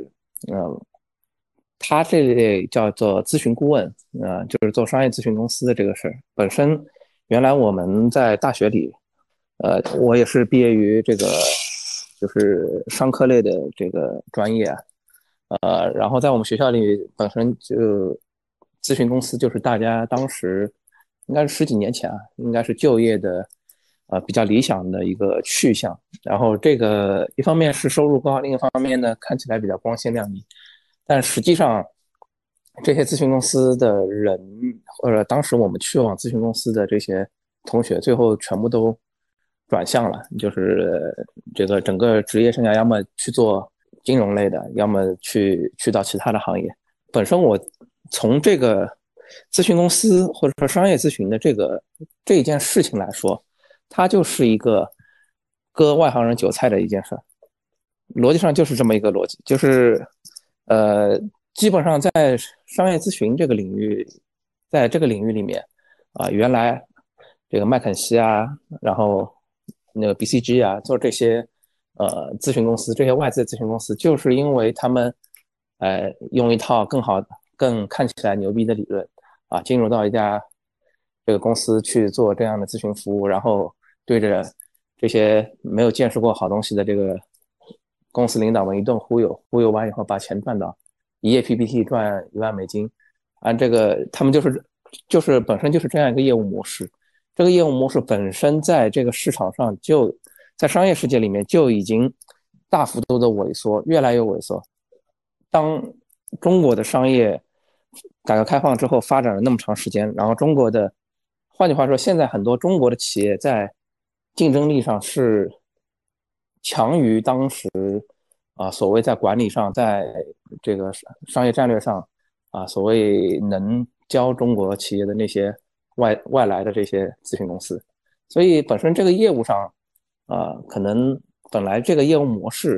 呃，他这类叫做咨询顾问啊、呃，就是做商业咨询公司的这个事儿本身，原来我们在大学里，呃，我也是毕业于这个就是商科类的这个专业啊，呃，然后在我们学校里本身就咨询公司就是大家当时。应该是十几年前啊，应该是就业的，呃，比较理想的一个去向。然后这个一方面是收入高，另一方面呢看起来比较光鲜亮丽，但实际上这些咨询公司的人，或者当时我们去往咨询公司的这些同学，最后全部都转向了，就是这个整个职业生涯要么去做金融类的，要么去去到其他的行业。本身我从这个咨询公司或者说商业咨询的这个这一件事情来说，它就是一个割外行人韭菜的一件事，逻辑上就是这么一个逻辑，就是呃，基本上在商业咨询这个领域，在这个领域里面啊、呃，原来这个麦肯锡啊，然后那个 B C G 啊，做这些呃咨询公司，这些外资咨询公司，就是因为他们呃用一套更好、更看起来牛逼的理论。啊，进入到一家这个公司去做这样的咨询服务，然后对着这些没有见识过好东西的这个公司领导们一顿忽悠，忽悠完以后把钱赚到，一页 P P T 赚一万美金，按这个他们就是就是本身就是这样一个业务模式，这个业务模式本身在这个市场上就在商业世界里面就已经大幅度的萎缩，越来越萎缩。当中国的商业改革开放之后发展了那么长时间，然后中国的，换句话说，现在很多中国的企业在竞争力上是强于当时啊，所谓在管理上，在这个商业战略上啊，所谓能教中国企业的那些外外来的这些咨询公司，所以本身这个业务上啊，可能本来这个业务模式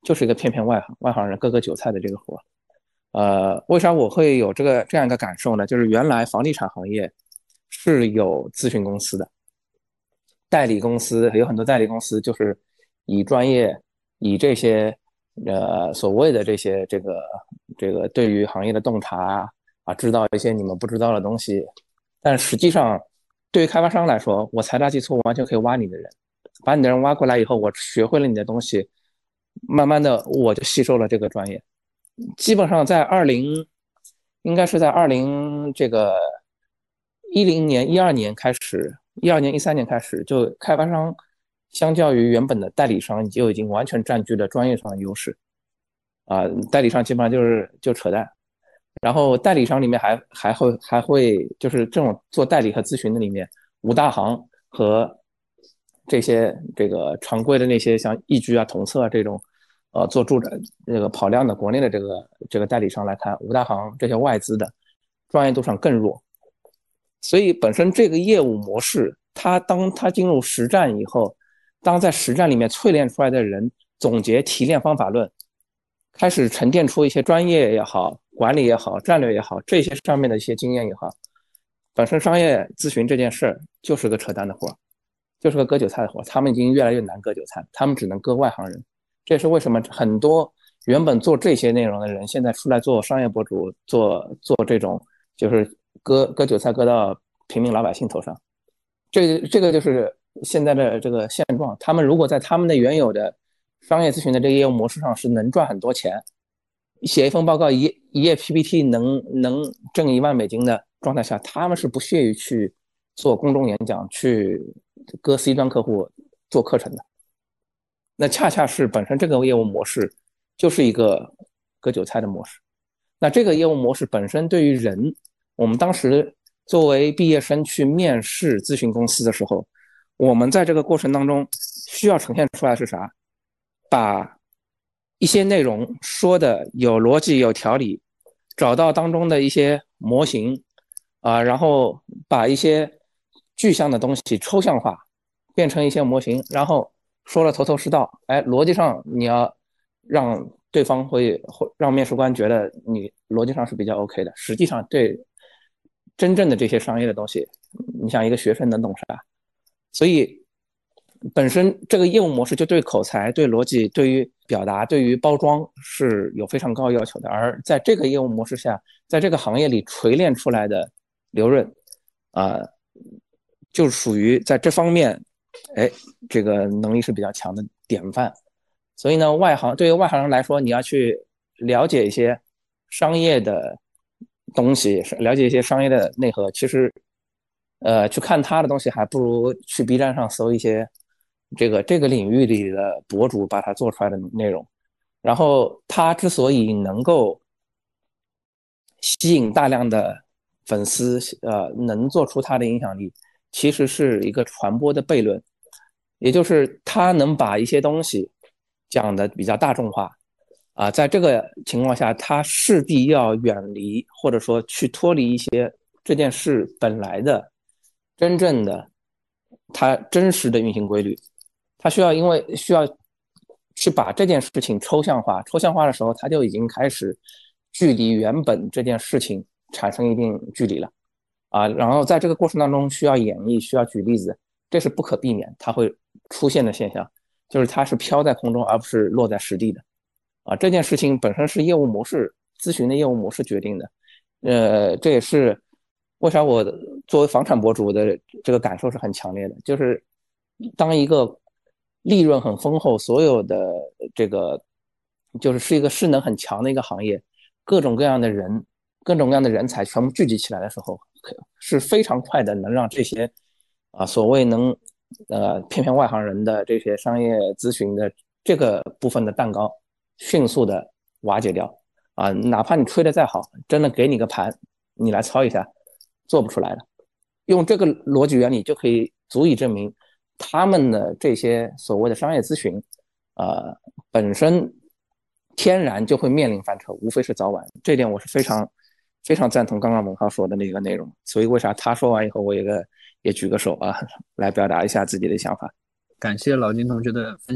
就是一个骗骗外行外行人割割韭菜的这个活。呃，为啥我会有这个这样一个感受呢？就是原来房地产行业是有咨询公司的，代理公司有很多代理公司就是以专业以这些呃所谓的这些这个这个对于行业的洞察啊，知道一些你们不知道的东西，但实际上对于开发商来说，我财大气粗，完全可以挖你的人，把你的人挖过来以后，我学会了你的东西，慢慢的我就吸收了这个专业。基本上在二零，应该是在二零这个一零年、一二年开始，一二年、一三年开始，就开发商相较于原本的代理商，就已经完全占据了专业上的优势。啊、呃，代理商基本上就是就扯淡。然后代理商里面还还会还会就是这种做代理和咨询的里面，五大行和这些这个常规的那些像易居啊、同策啊这种。呃，做住宅这个跑量的国内的这个这个代理商来看，五大行这些外资的专业度上更弱，所以本身这个业务模式，它当它进入实战以后，当在实战里面淬炼出来的人总结提炼方法论，开始沉淀出一些专业也好、管理也好、战略也好，这些上面的一些经验也好，本身商业咨询这件事儿就是个扯淡的活，就是个割韭菜的活，他们已经越来越难割韭菜，他们只能割外行人。这是为什么很多原本做这些内容的人，现在出来做商业博主，做做这种就是割割韭菜割到平民老百姓头上。这个这个就是现在的这个现状。他们如果在他们的原有的商业咨询的这个业务模式上是能赚很多钱，写一份报告一一页 P P T 能能挣一万美金的状态下，他们是不屑于去做公众演讲，去割 C 端客户做课程的。那恰恰是本身这个业务模式就是一个割韭菜的模式。那这个业务模式本身对于人，我们当时作为毕业生去面试咨询公司的时候，我们在这个过程当中需要呈现出来是啥？把一些内容说的有逻辑有条理，找到当中的一些模型啊、呃，然后把一些具象的东西抽象化，变成一些模型，然后说了头头是道，哎，逻辑上你要让对方会会让面试官觉得你逻辑上是比较 OK 的，实际上对真正的这些商业的东西，你想一个学生能懂啥？所以本身这个业务模式就对口才、对逻辑、对于表达、对于包装是有非常高要求的。而在这个业务模式下，在这个行业里锤炼出来的刘润啊、呃，就属于在这方面。哎，这个能力是比较强的典范，所以呢，外行对于外行人来说，你要去了解一些商业的东西，了解一些商业的内核，其实，呃，去看他的东西，还不如去 B 站上搜一些这个这个领域里的博主把他做出来的内容。然后他之所以能够吸引大量的粉丝，呃，能做出他的影响力。其实是一个传播的悖论，也就是他能把一些东西讲的比较大众化啊，在这个情况下，他势必要远离或者说去脱离一些这件事本来的真正的它真实的运行规律，他需要因为需要去把这件事情抽象化，抽象化的时候，他就已经开始距离原本这件事情产生一定距离了。啊，然后在这个过程当中需要演绎，需要举例子，这是不可避免它会出现的现象，就是它是飘在空中而不是落在实地的。啊，这件事情本身是业务模式咨询的业务模式决定的。呃，这也是为啥我作为房产博主的这个感受是很强烈的，就是当一个利润很丰厚，所有的这个就是是一个势能很强的一个行业，各种各样的人各种各样的人才全部聚集起来的时候，是非常快的能让这些啊所谓能呃骗骗外行人的这些商业咨询的这个部分的蛋糕迅速的瓦解掉啊，哪怕你吹得再好，真的给你个盘你来操一下，做不出来的。用这个逻辑原理就可以足以证明他们的这些所谓的商业咨询呃本身天然就会面临翻车，无非是早晚。这点我是非常非常赞同刚刚文浩说的那个内容，所以为啥他说完以后我也个也举个手啊，来表达一下自己的想法。 感谢老金同学的分享。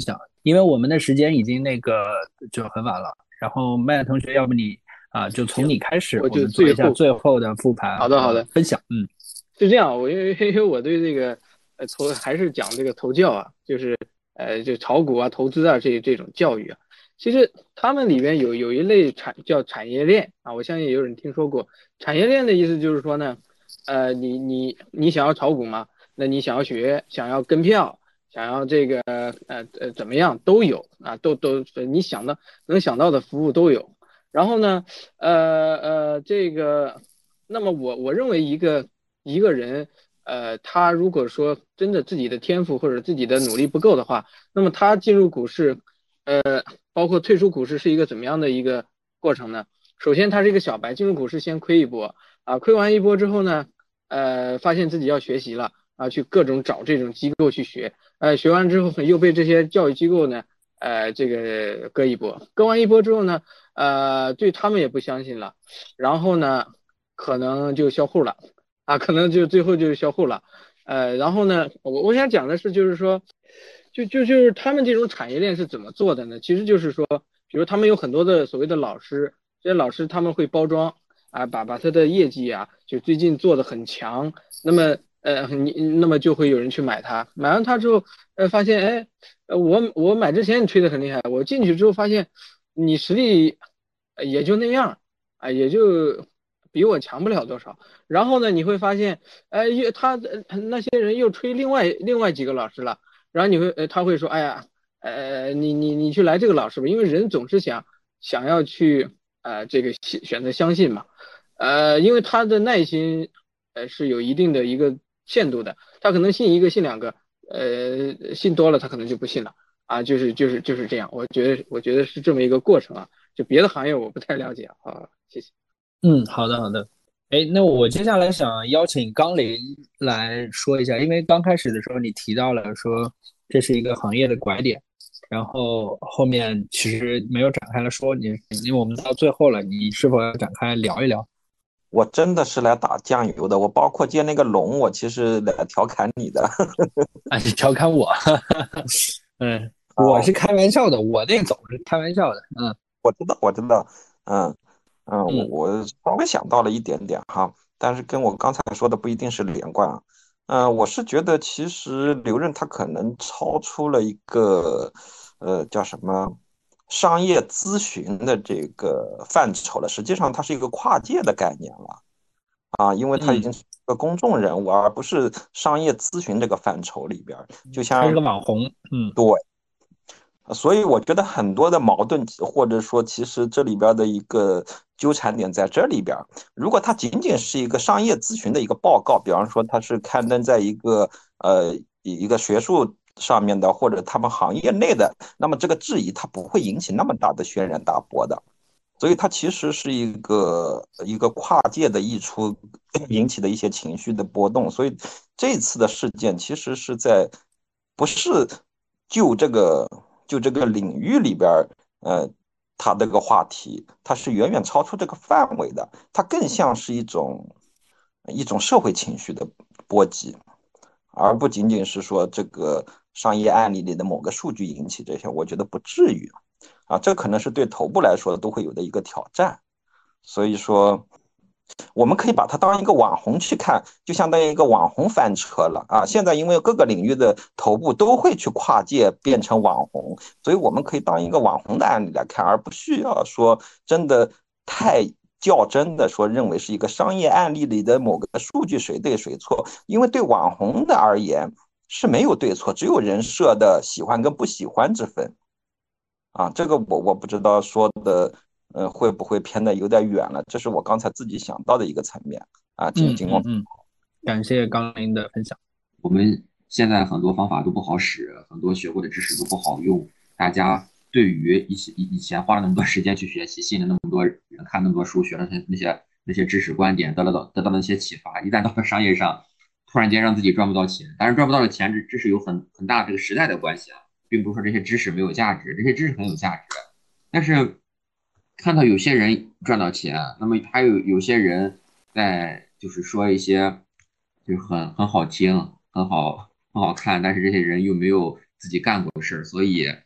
因为我们的时间已经那个就很晚了，然后麦同学，要不你啊就从你开始， 我就们做一下最后最后的复盘， 好的好的分享。嗯， 是这样，我因为因为我对这个呃投还是讲这个投教啊，就是呃就炒股啊、投资啊这这种教育啊，其实他们里边有有一类产叫产业链啊，我相信也有人听说过。产业链的意思就是说呢，呃你你你想要炒股嘛，那你想要学，想要跟票，想要这个呃呃怎么样都有啊，都都你想的能想到的服务都有。然后呢，呃呃这个，那么我我认为一个一个人，呃他如果说真的自己的天赋或者自己的努力不够的话，那么他进入股市，呃包括退出股市是一个怎么样的一个过程呢？首先他是一个小白，进入股市先亏一波啊，亏完一波之后呢，呃发现自己要学习了。啊，去各种找这种机构去学，呃，学完之后又被这些教育机构呢，呃，这个割一波，割完一波之后呢，呃，对他们也不相信了，然后呢，可能就销户了，啊，可能就最后就销户了，呃，然后呢，我我想讲的是，就是说，就就就是他们这种产业链是怎么做的呢？其实就是说，比如他们有很多的所谓的老师，这些老师他们会包装啊，把把他的业绩啊，就最近做的很强，那么。呃，你那么就会有人去买它，买完它之后，呃，发现，哎，呃，我我买之前你吹得很厉害，我进去之后发现你实力也就那样，啊，也就比我强不了多少。然后呢，你会发现，哎，又他那些人又吹另外另外几个老师了，然后你会，呃，他会说，哎呀，呃，你你你去来这个老师吧，因为人总是想想要去，呃，这个选选择相信嘛，呃，因为他的耐心，呃，是有一定的一个。限度的，他可能信一个信两个，呃，信多了他可能就不信了啊，就是就是就是这样，我觉得我觉得是这么一个过程啊，就别的行业我不太了解啊，谢谢。 嗯，好的好的。哎，那我接下来想邀请刚林来说一下，因为刚开始的时候你提到了说这是一个行业的拐点，然后后面其实没有展开来说，你因为我们到最后了，你是否要展开聊一聊？ 我真的是来打酱油的，我包括接那个龙，我其实来调侃你的。 啊，你调侃我？嗯，我是开玩笑的，我那总是开玩笑的。嗯， 我知道，我知道。嗯嗯，我嗯我稍微想到了一点点哈，但是跟我刚才说的不一定是连贯啊。嗯，我是觉得其实刘润他可能超出了一个呃叫什么商业咨询的这个范畴了，实际上它是一个跨界的概念了。啊，因为他已嗯， 经是个公众人物，而不是商业咨询这个范畴里边儿。就像他是个网红。嗯， 对，所以我觉得很多的矛盾，或者说其实这里边的一个纠缠点在这里边。如果它仅仅是一个商业咨询的一个报告，比方说它是刊登在一个呃一个学术上面的，或者他们行业内的，那么这个质疑它不会引起那么大的轩然大波的。所以它其实是一个一个跨界的溢出引起的一些情绪的波动，所以这次的事件其实是在不是就这个就这个领域里边呃，它这个话题它是远远超出这个范围的，它更像是一种一种社会情绪的波及，而不仅仅是说这个商业案例里的某个数据引起这些，我觉得不至于。啊，这可能是对头部来说都会有的一个挑战。所以说，我们可以把它当一个网红去看，就相当于一个网红翻车了啊！现在因为各个领域的头部都会去跨界变成网红，所以我们可以当一个网红的案例来看，而不需要说真的太较真的说认为是一个商业案例里的某个数据谁对谁错，因为对网红的而言是没有对错，只有人设的喜欢跟不喜欢之分。啊，这个我我不知道说的，呃，会不会偏的有点远了？这是我刚才自己想到的一个层面啊，仅仅光。 嗯嗯嗯，感谢刚林的分享。 我们现在很多方法都不好使，很多学过的知识都不好用。大家对于以前以以前花了那么多时间去学习，信了那么多人，看那么多书，学了那那些那些知识观点，得了到得到了那些启发，一旦到了商业上，突然间让自己赚不到钱。当然赚不到的钱，这这是有很很大这个时代的关系啊，并不是说这些知识没有价值，这些知识很有价值。但是看到有些人赚到钱，那么还有有些人在就是说一些就是很很好听、很好很好看，但是这些人又没有自己干过的事儿，所以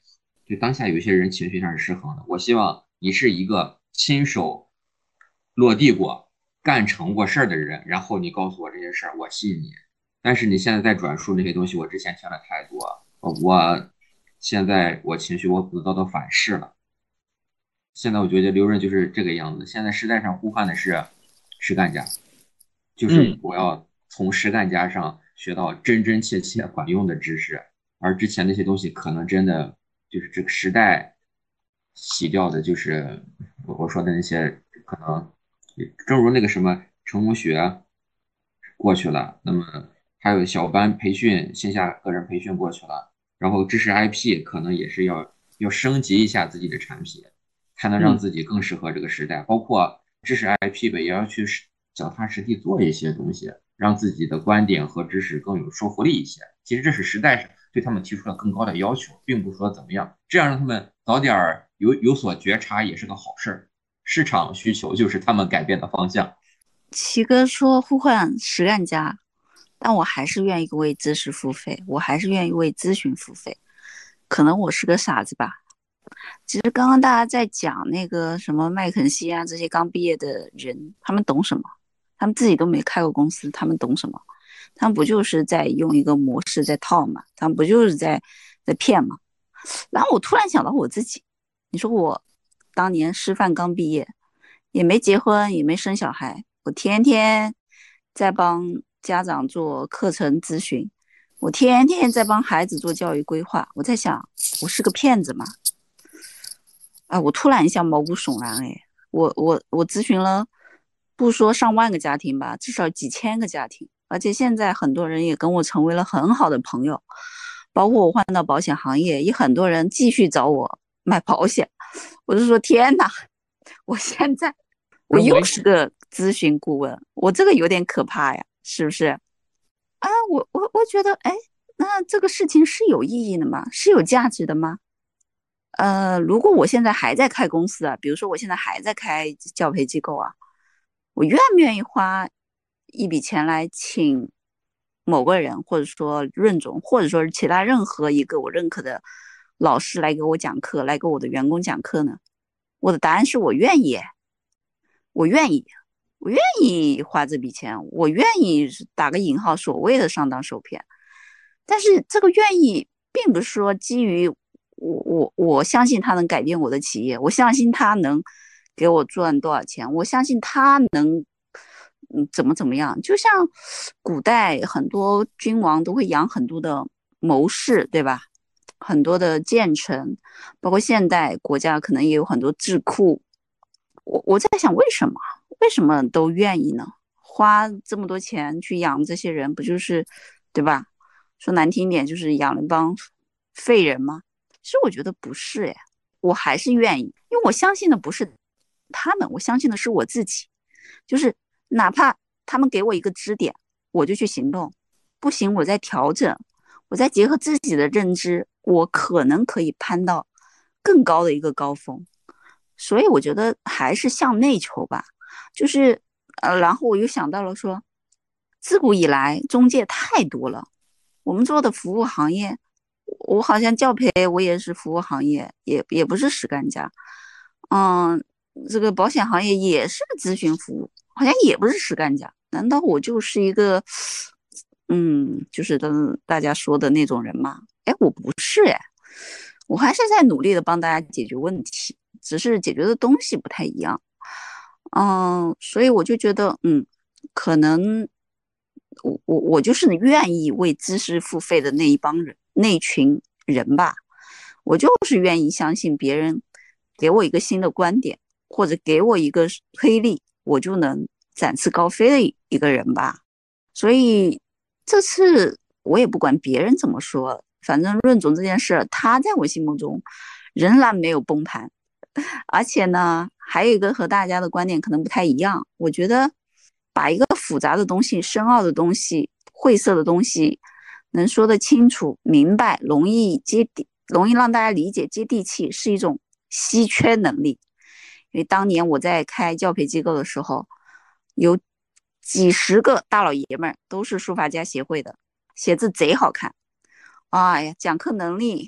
对，当下有些人情绪上是失衡的。我希望你是一个亲手落地过、干成过事儿的人，然后你告诉我这些事儿，我信你。但是你现在在转述那些东西，我之前听了太多，我现在我情绪我得到的反噬了。现在我觉得刘润就是这个样子。现在时代上呼唤的是实干家，就是我要从实干家上学到真真切切管用的知识，而之前那些东西可能真的就是这个时代洗掉的，就是我我说的那些可能，正如那个什么成功学过去了，那么还有小班培训、线下个人培训过去了，然后知识 I P 可能也是要要升级一下自己的产品，才能让自己更适合这个时代。包括知识 I P 呗，也要去脚踏实地做一些东西，让自己的观点和知识更有说服力一些。其实这是时代对他们提出了更高的要求，并不是说怎么样，这样让他们早点有有所觉察也是个好事儿。市场需求就是他们改变的方向。 齐哥说呼唤实干家，但我还是愿意为知识付费，我还是愿意为咨询付费。可能我是个傻子吧。其实刚刚大家在讲那个什么麦肯锡啊，这些刚毕业的人，他们懂什么？他们自己都没开过公司，他们懂什么？他们不就是在用一个模式在套嘛？他们不就是在在骗嘛？然后我突然想到我自己，你说我当年师范刚毕业，也没结婚，也没生小孩，我天天在帮家长做课程咨询，我天天在帮孩子做教育规划。我在想，我是个骗子吗？啊，我突然一下毛骨悚然，哎，我我我咨询了，不说上万个家庭吧，至少几千个家庭，而且现在很多人也跟我成为了很好的朋友，包括我换到保险行业，也很多人继续找我买保险。我就说天哪，我现在我又是个咨询顾问，我这个有点可怕呀，是不是？啊，我我我觉得，哎，那这个事情是有意义的吗？是有价值的吗？呃，如果我现在还在开公司啊，比如说我现在还在开教培机构啊，我愿不愿意花一笔钱来请某个人，或者说润总，或者说是其他任何一个我认可的老师来给我讲课，来给我的员工讲课呢？我的答案是我愿意，我愿意，我愿意花这笔钱，我愿意打个引号所谓的上当受骗。但是这个愿意并不是说基于我我我相信他能改变我的企业，我相信他能给我赚多少钱，我相信他能嗯怎么怎么样。就像古代很多君王都会养很多的谋士，对吧？很多的谏臣，包括现代国家可能也有很多智库。我我在想，为什么为什么都愿意呢？花这么多钱去养这些人，不就是对吧？说难听点，就是养了一帮废人吗？其实我觉得不是哎，我还是愿意，因为我相信的不是他们，我相信的是我自己。就是哪怕他们给我一个支点，我就去行动，不行我再调整，我再结合自己的认知，我可能可以攀到更高的一个高峰。所以我觉得还是向内求吧。就是呃，然后我又想到了说，自古以来中介太多了，我们做的服务行业，我好像教培我也是服务行业，也也不是实干家。嗯，这个保险行业也是咨询服务，好像也不是实干家。难道我就是一个嗯，就是大家说的那种人吗？哎，我不是哎，我还是在努力的帮大家解决问题，只是解决的东西不太一样。嗯，所以我就觉得，嗯，可能我我我就是愿意为知识付费的那一帮人，那一群人吧。我就是愿意相信别人给我一个新的观点，或者给我一个推力，我就能展翅高飞的一个人吧。所以这次我也不管别人怎么说，反正润总这件事，他在我心目中仍然没有崩盘。而且呢，还有一个和大家的观点可能不太一样，我觉得把一个复杂的东西、深奥的东西、晦涩的东西能说得清楚、明白、容易接地、容易让大家理解、接地气，是一种稀缺能力。因为当年我在开教培机构的时候，有几十个大老爷们儿都是书法家协会的，写字贼好看。哎呀，讲课能力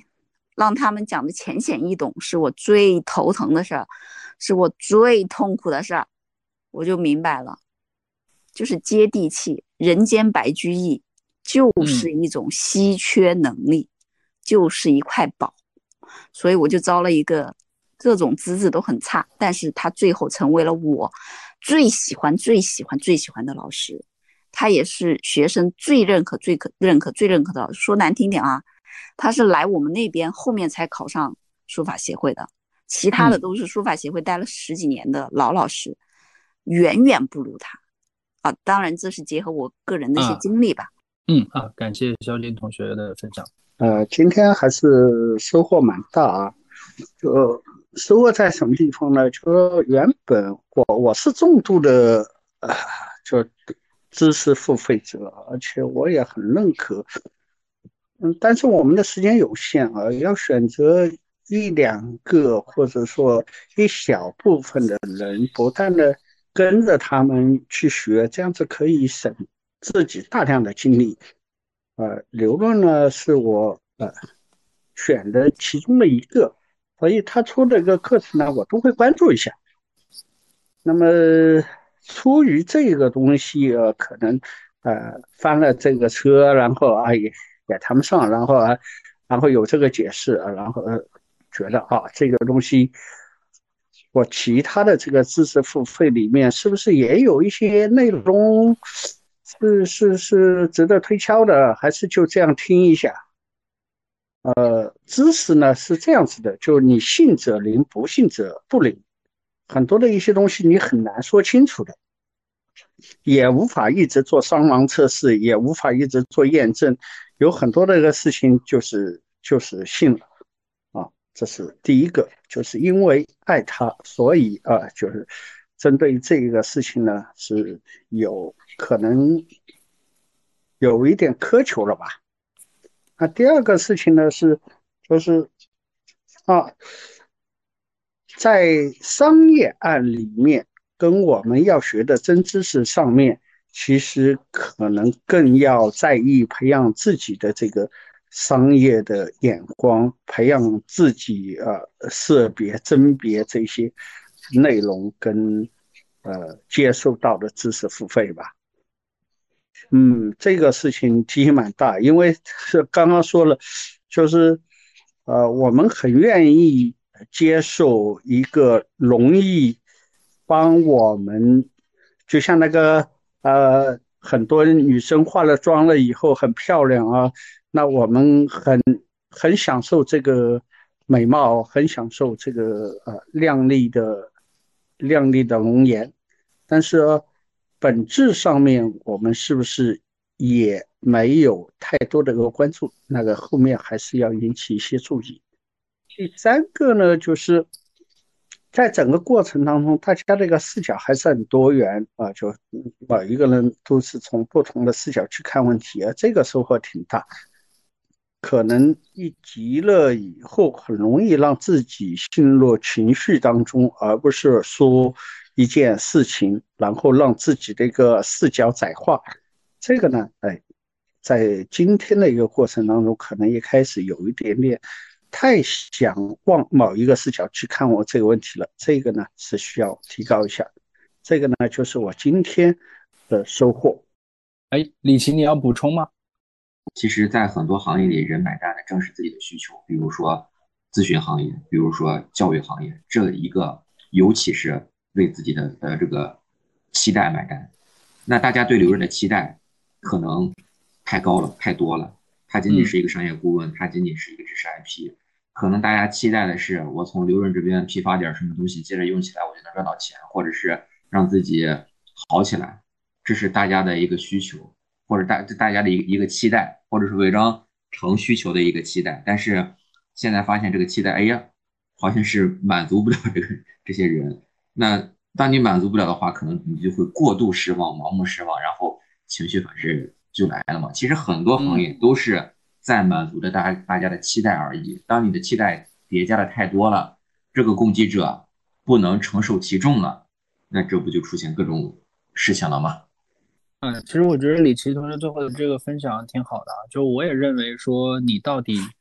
让他们讲的浅显易懂，是我最头疼的事儿，是我最痛苦的事儿。我就明白了，就是接地气，人间白居易就是一种稀缺能力，嗯、就是一块宝。所以我就招了一个各种资质都很差，但是他最后成为了我最喜欢、最喜欢、最喜欢的老师。他也是学生最认可、最可认可、最认可的老师。说难听点啊，他是来我们那边后面才考上书法协会的，其他的都是书法协会待了十几年的老老师，嗯、远远不如他啊。当然，这是结合我个人的一些经历吧。 嗯啊，感谢肖林同学的分享。 呃，今天还是收获蛮大啊。就收获在什么地方呢？就原本我我是重度的呃，就知识付费者，而且我也很认可。嗯，但是我们的时间有限啊，要选择一两个或者说一小部分的人，不断的跟着他们去学，这样子可以省自己大量的精力。呃，刘论呢是我呃选的其中的一个，所以他出的一个课程呢，我都会关注一下。那么出于这个东西呃，可能呃翻了这个车，然后啊也也谈不上，然后啊然后有这个解释啊，然后、呃、觉得啊这个东西我其他的这个知识付费里面是不是也有一些内容是是是值得推敲的，还是就这样听一下？呃，知识呢是这样子的，就你信则灵，不信则不灵。很多的一些东西你很难说清楚的，也无法一直做双盲测试，也无法一直做验证。有很多的一个事情就是就是信了啊，这是第一个，就是因为爱他，所以啊、呃，就是针对这个事情呢是有可能有一点苛求了吧。那第二个事情呢是就是啊。在商业案里面，跟我们要学的真知识上面，其实可能更要在意培养自己的这个商业的眼光，培养自己呃识别、甄别这些内容跟呃接受到的知识付费吧。嗯，这个事情提醒蛮大，因为是刚刚说了，就是呃我们很愿意接受一个容易帮我们，就像那个呃，很多女生化了妆了以后很漂亮啊，那我们很很享受这个美貌，很享受这个呃靓丽的靓丽的容颜，但是、啊、本质上面我们是不是也没有太多的一个关注？那个后面还是要引起一些注意。第三个呢，就是在整个过程当中，大家这个视角还是很多元啊，就每一个人都是从不同的视角去看问题啊，这个收获挺大。可能一急了以后，很容易让自己陷入情绪当中，而不是说一件事情，然后让自己的一个视角窄化。这个呢，哎，在今天的一个过程当中，可能也开始有一点点太想往某一个视角去看我这个问题了，这个呢是需要提高一下。这个呢就是我今天的收获。 哎，李琦，你要补充吗？ 其实，在很多行业里，人买单的正是自己的需求，比如说咨询行业，比如说教育行业，这一个尤其是为自己的呃这个期待买单。那大家对刘润的期待可能太高了，太多了。他仅仅是一个商业顾问，他仅仅是一个知识 I P， 可能大家期待的是我从刘润这边批发点什么东西，接着用起来我就能赚到钱，或者是让自己好起来，这是大家的一个需求，或者大大家的一个一个期待，或者是伪装成需求的一个期待。但是现在发现这个期待，哎呀，好像是满足不了这个这些人。那当你满足不了的话，可能你就会过度失望、盲目失望，然后情绪反噬就来了嘛。其实很多行业都是在满足的大家大家的期待而已。当你的期待叠加的太多了，这个供给者不能承受其重了，那这不就出现各种事情了吗？ 嗯，其实我觉得李琦同学最后的这个分享挺好的啊，就我也认为说，你到底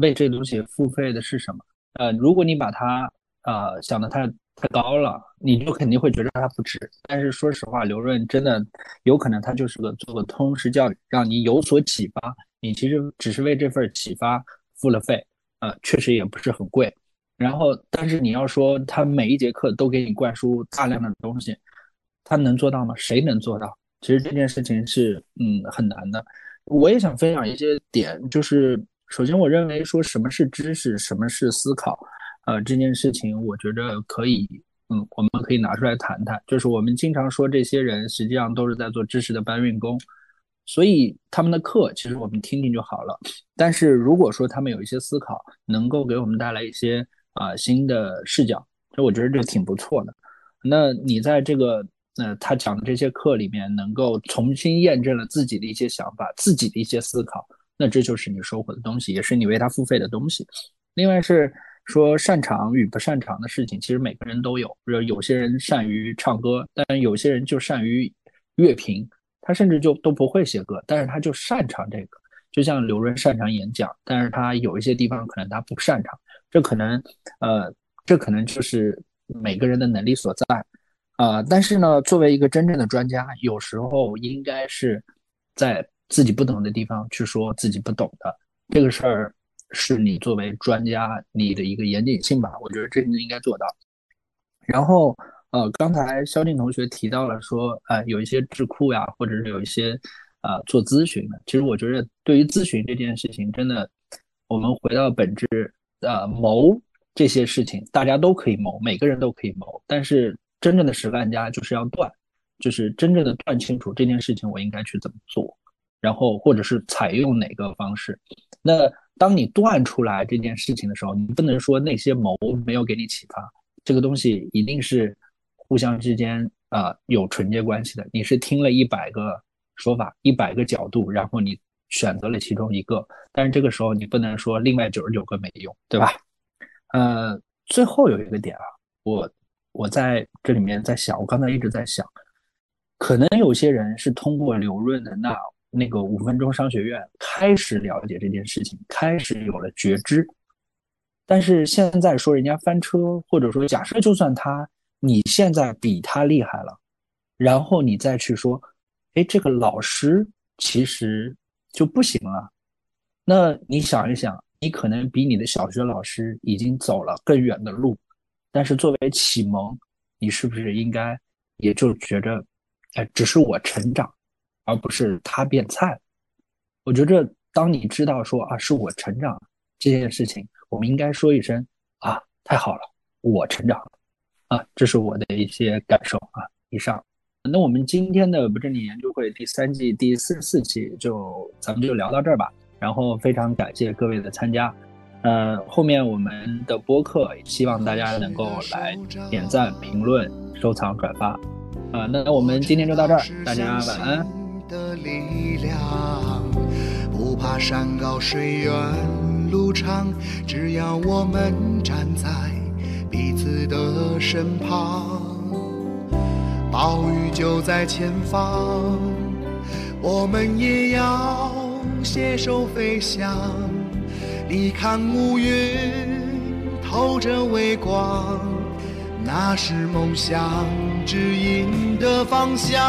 为这个东西付费的是什么？呃，如果你把它呃想的太太高了，你就肯定会觉得它不值。但是说实话，刘润真的有可能他就是个做个通识教育，让你有所启发。你其实只是为这份启发付了费，呃，确实也不是很贵。然后，但是你要说他每一节课都给你灌输大量的东西，他能做到吗？谁能做到？其实这件事情是嗯很难的。我也想分享一些点，就是首先我认为说什么是知识，什么是思考，呃，这件事情我觉得可以，嗯，我们可以拿出来谈谈。就是我们经常说这些人实际上都是在做知识的搬运工，所以他们的课其实我们听听就好了。但是如果说他们有一些思考，能够给我们带来一些啊、呃、新的视角，这我觉得这挺不错的。那你在这个呃他讲的这些课里面，能够重新验证了自己的一些想法，自己的一些思考，那这就是你收获的东西，也是你为他付费的东西。另外是说擅长与不擅长的事情，其实每个人都有。有些人善于唱歌，但有些人就善于乐评，他甚至就都不会写歌，但是他就擅长这个。就像刘润擅长演讲，但是他有一些地方可能他不擅长，这可能呃，这可能就是每个人的能力所在啊、呃。但是呢，作为一个真正的专家，有时候应该是在自己不懂的地方去说自己不懂的，这个事儿是你作为专家你的一个严谨性吧，我觉得这个应该做到。然后呃，刚才萧静同学提到了说，呃，有一些智库呀，或者是有一些呃做咨询的。其实我觉得对于咨询这件事情，真的，我们回到本质，呃，谋这些事情大家都可以谋，每个人都可以谋，但是真正的实干家就是要断，就是真正的断清楚这件事情我应该去怎么做，然后或者是采用哪个方式。那当你断出来这件事情的时候，你不能说那些谋没有给你启发，这个东西一定是互相之间啊、呃、有纯洁关系的。你是听了一百个说法，一百个角度，然后你选择了其中一个，但是这个时候你不能说另外九十九个没用，对吧？呃，最后有一个点啊，我我在这里面在想，我刚才一直在想，可能有些人是通过刘润的那那个五分钟商学院开始了解这件事情，开始有了觉知。但是现在说人家翻车，或者说假设就算他你现在比他厉害了，然后你再去说，哎，这个老师其实就不行了。那你想一想，你可能比你的小学老师已经走了更远的路，但是作为启蒙，你是不是应该也就觉着，哎，只是我成长，而不是他变菜？我觉着当你知道说啊，是我成长这件事情，我们应该说一声啊，太好了，我成长了啊，这是我的一些感受啊。以上，那我们今天的不正经研究会第三季第四十四期就咱们就聊到这儿吧。然后非常感谢各位的参加，呃，后面我们的播客希望大家能够来点赞、评论、收藏、转发，啊、呃，那我们今天就到这儿，大家晚安。 的力量，不怕山高水远路长，只要我们站在彼此的身旁，暴雨就在前方，我们也要携手飞翔，离看乌云透着微光，那是梦想指引的方向。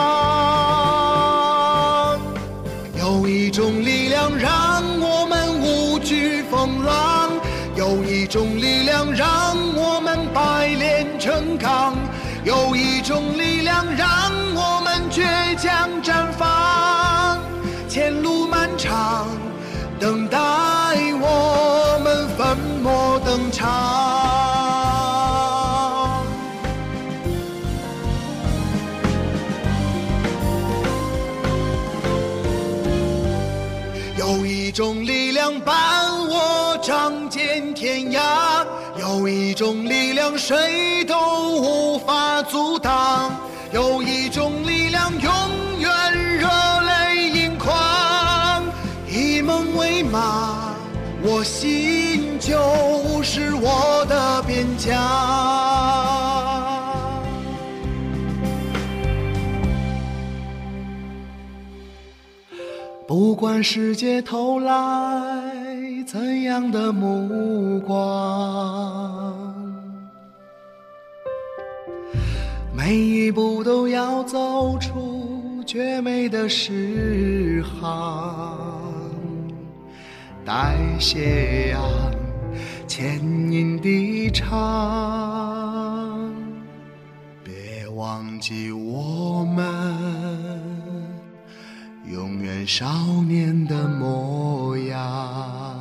有一种力量让我们无惧风浪，有一种力量让我们百炼成钢，有一种力量让我们倔强绽放。前路漫长，等待我们粉墨登场。有一种力量伴我仗剑天涯，有一种力量谁都无法阻挡，有一种力量永远热泪盈眶。以梦为马，我心就是我的边疆。不管世界投来怎样的目光？每一步都要走出绝美的诗行，待斜阳牵引低唱，别忘记我们永远少年的模样。